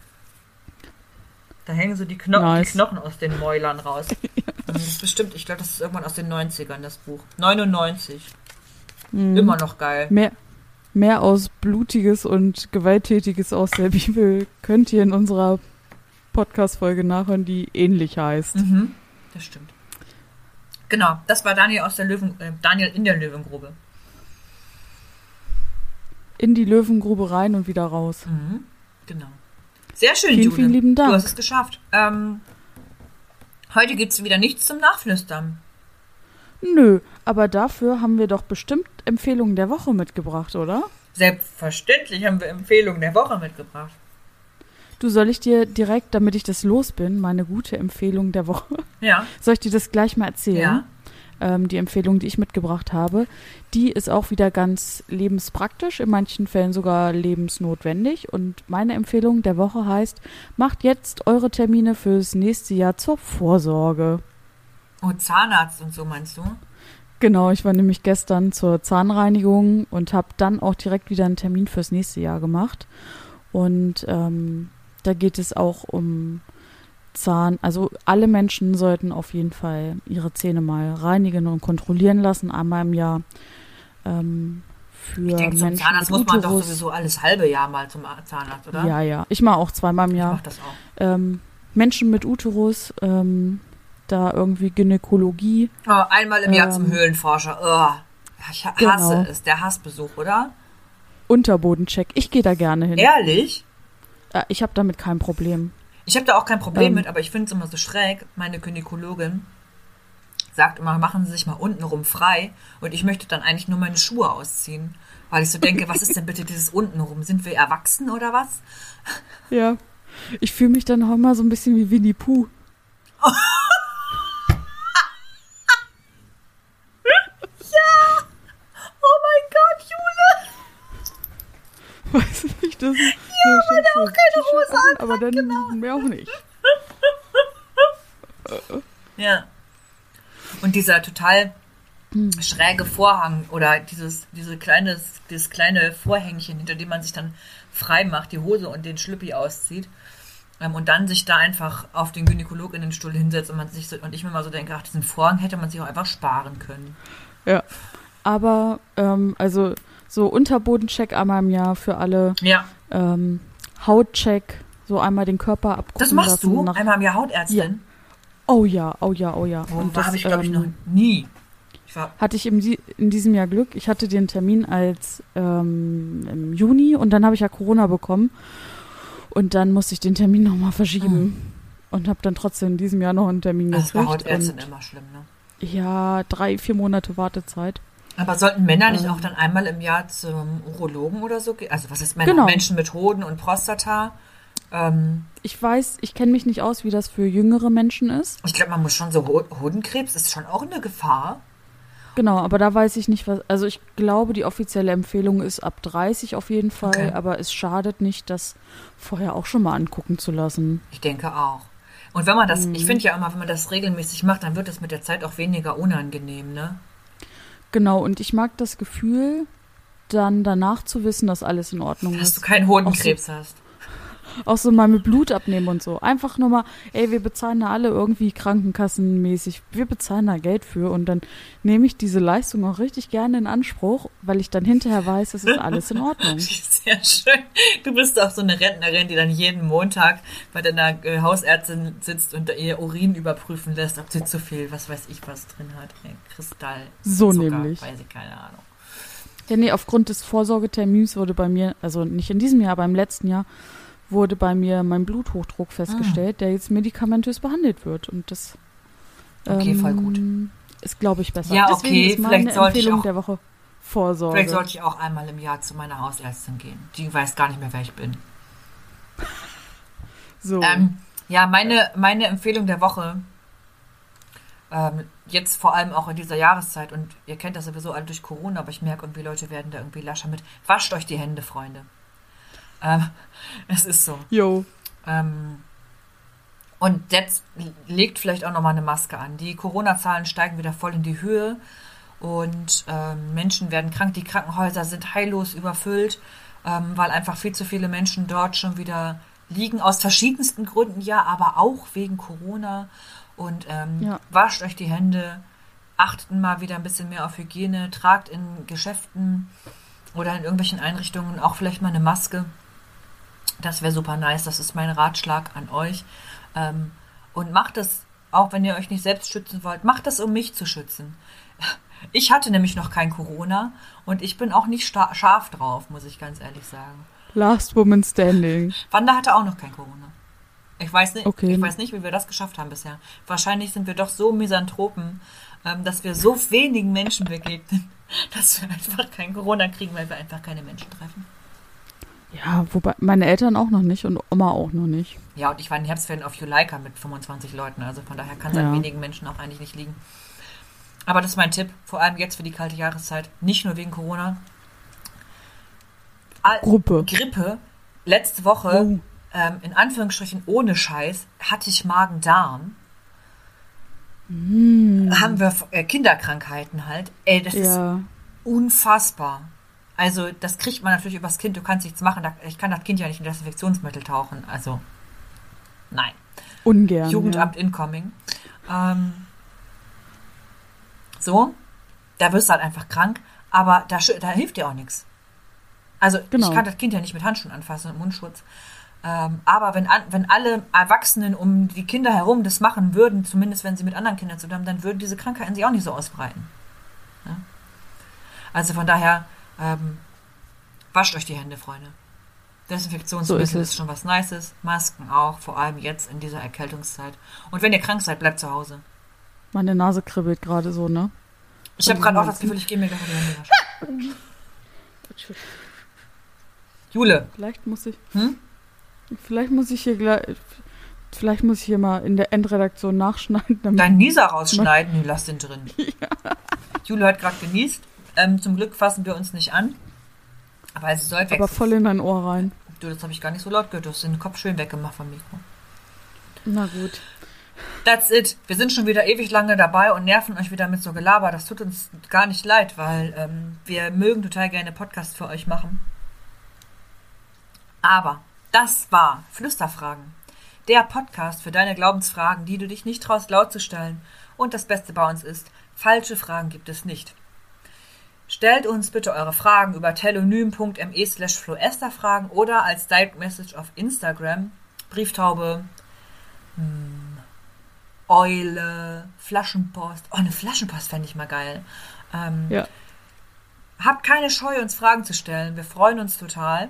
Da hängen so die, Kno- Nice. die Knochen aus den Mäulern raus. Das ist bestimmt, ich glaube, das ist irgendwann aus den neunzigern, das Buch. neunundneunzig. Mhm. Immer noch geil. Mehr, mehr aus Blutiges und Gewalttätiges aus der Bibel könnt ihr in unserer Podcast-Folge nachhören, die ähnlich heißt. Mhm, das stimmt. Genau, das war Daniel aus der Löwen, äh, Daniel in der Löwengrube. In die Löwengrube rein und wieder raus. Mhm, genau. Sehr schön, Vielen, Judith. vielen lieben Dank. Du hast es geschafft. Ähm, heute gibt es wieder nichts zum Nachflüstern. Nö, aber dafür haben wir doch bestimmt Empfehlungen der Woche mitgebracht, oder? Selbstverständlich haben wir Empfehlungen der Woche mitgebracht. Du, soll ich dir direkt, damit ich das los bin, meine gute Empfehlung der Woche, Ja. soll ich dir das gleich mal erzählen? Ja. Ähm, die Empfehlung, die ich mitgebracht habe, die ist auch wieder ganz lebenspraktisch, in manchen Fällen sogar lebensnotwendig. Und meine Empfehlung der Woche heißt, macht jetzt eure Termine fürs nächste Jahr zur Vorsorge. Oh, Zahnarzt und so meinst du? Genau, ich war nämlich gestern zur Zahnreinigung und habe dann auch direkt wieder einen Termin fürs nächste Jahr gemacht. Und ähm, da geht es auch um Zahn, also alle Menschen sollten auf jeden Fall ihre Zähne mal reinigen und kontrollieren lassen, einmal im Jahr. Ähm, für Ich denke, zum Menschen Zahnarzt mit muss man doch Uterus. sowieso alles halbe Jahr mal zum Zahnarzt, oder? Ja, ja. Ich mache auch zweimal im Ich Jahr. mach das auch. Ähm, Menschen mit Uterus, ähm, da irgendwie Gynäkologie. Oh, einmal im Jahr Ähm, zum Höhlenforscher. Oh, ja, ich ha- Genau. hasse es, der Hassbesuch, oder? Unterbodencheck. Ich gehe da gerne hin. Ehrlich? Äh, ich habe damit kein Problem. Ich habe da auch kein Problem Ähm. mit, aber ich finde es immer so schräg. Meine Gynäkologin sagt immer, machen Sie sich mal untenrum frei. Und ich möchte dann eigentlich nur meine Schuhe ausziehen. Weil ich so denke, was ist denn bitte dieses untenrum? Sind wir erwachsen oder was? Ja. Ich fühle mich dann auch immer so ein bisschen wie Winnie Pooh. Oh mein Gott, Jule! Weiß nicht, das ist. Ja, weil der auch keine Hose an, aber dann genau. mehr auch nicht. Ja. Und dieser total schräge Vorhang oder dieses, diese kleine, dieses kleine Vorhängchen, hinter dem man sich dann frei macht, die Hose und den Schlüppi auszieht. Ähm, und dann sich da einfach auf den Gynäkolog in den Stuhl hinsetzt und man sich so, und ich mir mal so denke, ach, diesen Vorhang hätte man sich auch einfach sparen können. Ja. Aber, ähm, also, so Unterbodencheck einmal im Jahr für alle. Ja. Ähm, Hautcheck, so einmal den Körper abgucken Das machst lassen. du? Nach, Einmal im Jahr Hautärztin? Ja. Oh ja, oh ja, oh ja. Oh, Und das habe ich, glaube ich, ähm, noch nie. Ich war, hatte ich im, Di- in diesem Jahr Glück. Ich hatte den Termin als ähm, im Juni und dann habe ich ja Corona bekommen. Und dann musste ich den Termin nochmal verschieben. Und habe dann trotzdem in diesem Jahr noch einen Termin das war gekriegt. Hautärztin Und immer schlimm, ne? ja, drei, vier Monate Wartezeit. Aber sollten Männer nicht Ähm. auch dann einmal im Jahr zum Urologen oder so gehen? Also was ist Männer? Genau. Menschen mit Hoden und Prostata? Ähm, Ich weiß, ich kenne mich nicht aus, wie das für jüngere Menschen ist. ich glaube, man muss schon so Ho- Hodenkrebs ist schon auch eine Gefahr. Genau, aber da weiß ich nicht, was. Also ich glaube, die offizielle Empfehlung ist ab dreißig auf jeden Fall, Okay. aber es schadet nicht, das vorher auch schon mal angucken zu lassen. Ich denke auch. Und wenn man das, Mhm. ich finde ja immer, wenn man das regelmäßig macht, dann wird es mit der Zeit auch weniger unangenehm, ne? Genau, und ich mag das Gefühl, dann danach zu wissen, dass alles in Ordnung Dass ist. du keinen Hodenkrebs hast. Auch so mal mit Blut abnehmen und so. Einfach nur mal, ey, wir bezahlen da alle irgendwie krankenkassenmäßig. Wir bezahlen da Geld für und dann nehme ich diese Leistung auch richtig gerne in Anspruch, weil ich dann hinterher weiß, es ist alles in Ordnung. Sehr schön. Du bist auch so eine Rentnerin, die dann jeden Montag bei deiner äh, Hausärztin sitzt und ihr Urin überprüfen lässt, ob sie zu viel, was weiß ich, was drin hat. Ey, Kristall, So Zucker, nämlich. weiß ich, keine Ahnung. Ja, nee, aufgrund des Vorsorgetermins wurde bei mir, also nicht in diesem Jahr, aber im letzten Jahr, wurde bei mir mein Bluthochdruck festgestellt, der jetzt medikamentös behandelt wird. Und das Okay, voll gut. ist, glaube ich, besser. Ja, Deswegen okay, ist meine vielleicht sollte ich Empfehlung auch- der Woche Vorsorge. Vielleicht sollte ich auch einmal im Jahr zu meiner Hausärztin gehen. Die weiß gar nicht mehr, wer ich bin. so. Ähm, ja, meine, meine Empfehlung der Woche, ähm, jetzt vor allem auch in dieser Jahreszeit, und ihr kennt das sowieso alle durch Corona, aber ich merke irgendwie, Leute werden da irgendwie lascher mit. Wascht euch die Hände, Freunde. Ähm, es ist so. Jo. Ähm, und jetzt legt vielleicht auch nochmal eine Maske an. Die Corona-Zahlen steigen wieder voll in die Höhe und ähm, Menschen werden krank. Die Krankenhäuser sind heillos überfüllt, ähm, weil einfach viel zu viele Menschen dort schon wieder liegen. Aus verschiedensten Gründen, ja, aber auch wegen Corona. Und ähm, Ja. wascht euch die Hände, achtet mal wieder ein bisschen mehr auf Hygiene, tragt in Geschäften oder in irgendwelchen Einrichtungen auch vielleicht mal eine Maske. Das wäre super nice, das ist mein Ratschlag an euch. Ähm, und macht es, auch wenn ihr euch nicht selbst schützen wollt, macht das, um mich zu schützen. Ich hatte nämlich noch kein Corona und ich bin auch nicht sta- scharf drauf, muss ich ganz ehrlich sagen. Last Woman Standing. Wanda hatte auch noch kein Corona. Ich weiß nicht, Okay. ich weiß nicht, wie wir das geschafft haben bisher. Wahrscheinlich sind wir doch so Misanthropen, ähm, dass wir so wenigen Menschen begegnen, dass wir einfach kein Corona kriegen, weil wir einfach keine Menschen treffen. Ja, Ja, wobei meine Eltern auch noch nicht und Oma auch noch nicht. Ja, und ich war in den Herbstferien auf Juleika mit fünfundzwanzig Leuten, also von daher kann es Ja. an wenigen Menschen auch eigentlich nicht liegen. Aber das ist mein Tipp, vor allem jetzt für die kalte Jahreszeit, nicht nur wegen Corona. All- Gruppe. Grippe. Letzte Woche, Oh. ähm, in Anführungsstrichen ohne Scheiß, hatte ich Magen-Darm. Hm. Haben wir äh, Kinderkrankheiten halt. Ey, das ist Ja. unfassbar. Also, das kriegt man natürlich übers Kind. Du kannst nichts machen. Da- Ich kann das Kind ja nicht in Desinfektionsmittel tauchen. Also, nein. Ungern. Jugendamt incoming. Ähm, so, da wirst du halt einfach krank. Aber da, sch- da hilft dir auch nichts. Also, Genau. ich kann das Kind ja nicht mit Handschuhen anfassen und Mundschutz. Ähm, aber wenn, an, wenn alle Erwachsenen um die Kinder herum das machen würden, zumindest wenn sie mit anderen Kindern zu tun haben, dann würden diese Krankheiten sich auch nicht so ausbreiten. Ja? Also von daher, ähm, wascht euch die Hände, Freunde. Desinfektionsmittel So ist ist, es. schon was Nices, Masken auch, vor allem jetzt in dieser Erkältungszeit. Und wenn ihr krank seid, bleibt zu Hause. Ja. Meine Nase kribbelt gerade so, ne? Ich habe gerade auch das Gefühl, ich gehe mir gleich die Hände waschen. Jule, Vielleicht muss ich. hm? Vielleicht muss ich hier gleich. Vielleicht muss ich hier mal in der Endredaktion nachschneiden. Damit Dein Nieser rausschneiden? Nee, lass den drin. Jule hat gerade genießt. Ähm, zum Glück fassen wir uns nicht an. Aber sie soll weg. aber voll in dein Ohr rein. Du, das habe ich gar nicht so laut gehört. Du hast den Kopf schön weggemacht vom Mikro. Na gut. That's it. Wir sind schon wieder ewig lange dabei und nerven euch wieder mit so Gelaber. Das tut uns gar nicht leid, weil ähm, wir mögen total gerne Podcasts für euch machen. Aber das war Flüsterfragen. Der Podcast für deine Glaubensfragen, die du dich nicht traust laut zu stellen. Und das Beste bei uns ist, falsche Fragen gibt es nicht. Stellt uns bitte eure Fragen über telonym.me slash floesterfragen oder als Direct Message auf Instagram, Brieftaube, hm, Eule, Flaschenpost. Oh, eine Flaschenpost fände ich mal geil. Ähm, Ja. Habt keine Scheu, uns Fragen zu stellen. Wir freuen uns total.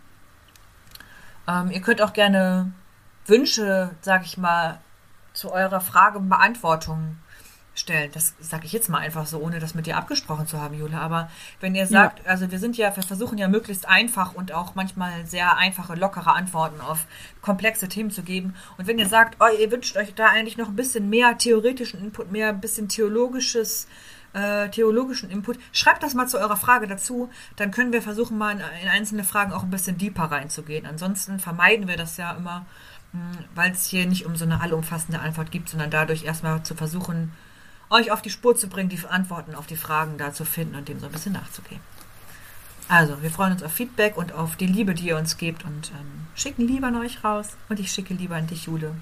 Ähm, ihr könnt auch gerne Wünsche, sag ich mal, zu eurer Fragebeantwortung stellen. Das sage ich jetzt mal einfach so, ohne das mit dir abgesprochen zu haben, Jule. Aber wenn ihr sagt, ja. also wir sind ja, wir versuchen ja möglichst einfach und auch manchmal sehr einfache, lockere Antworten auf komplexe Themen zu geben. Und wenn ihr sagt, oh, ihr wünscht euch da eigentlich noch ein bisschen mehr theoretischen Input, mehr ein bisschen theologisches Äh, theologischen Input, schreibt das mal zu eurer Frage dazu, dann können wir versuchen, mal in, in einzelne Fragen auch ein bisschen deeper reinzugehen. Ansonsten vermeiden wir das ja immer, weil es hier nicht um so eine allumfassende Antwort gibt, sondern dadurch erstmal zu versuchen, euch auf die Spur zu bringen, die Antworten auf die Fragen da zu finden und dem so ein bisschen nachzugehen. Also, wir freuen uns auf Feedback und auf die Liebe, die ihr uns gebt und ähm, schicken Liebe an euch raus und ich schicke Liebe an dich, Jule.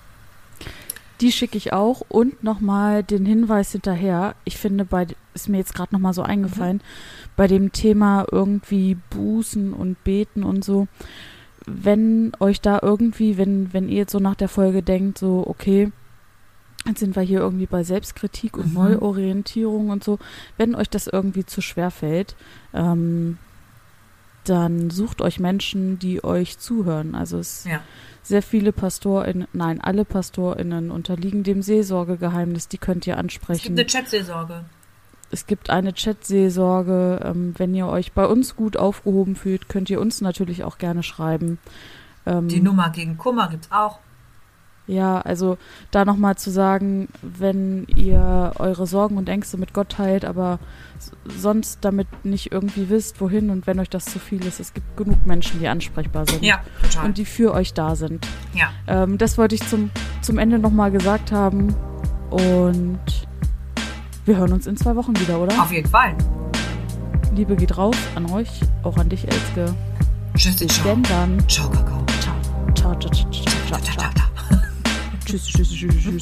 Die schicke ich auch und nochmal den Hinweis hinterher. Ich finde, bei ist mir jetzt gerade nochmal so eingefallen, mhm. bei dem Thema irgendwie Bußen und Beten und so, wenn euch da irgendwie, wenn, wenn ihr jetzt so nach der Folge denkt, so, okay, jetzt sind wir hier irgendwie bei Selbstkritik und mhm. Neuorientierung und so, wenn euch das irgendwie zu schwer fällt, ähm, dann sucht euch Menschen, die euch zuhören. Also es ja. sehr viele PastorInnen, nein, alle PastorInnen unterliegen dem Seelsorgegeheimnis, die könnt ihr ansprechen. Es gibt eine Chatseelsorge. Es gibt eine Chatseelsorge. Ähm, wenn ihr euch bei uns gut aufgehoben fühlt, könnt ihr uns natürlich auch gerne schreiben. Ähm, die Nummer gegen Kummer gibt's auch. Ja, also da nochmal zu sagen, wenn ihr eure Sorgen und Ängste mit Gott teilt, aber sonst damit nicht irgendwie wisst, wohin und wenn euch das zu viel ist, es gibt genug Menschen, die ansprechbar sind. Ja, total. Und die für euch da sind. Ja. Ähm, das wollte ich zum, zum Ende nochmal gesagt haben und wir hören uns in zwei Wochen wieder, oder? Auf jeden Fall. Liebe geht raus an euch, auch an dich, Elske. Tschüss, Bis ciao. denn dann. Ciao, Kakao. Ciao, ciao, ciao, ciao, ciao, ciao, ciao. Tschüss, tschüss, tschüss, tschüss.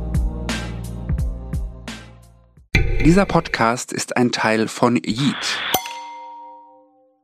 Dieser Podcast ist ein Teil von Yeet.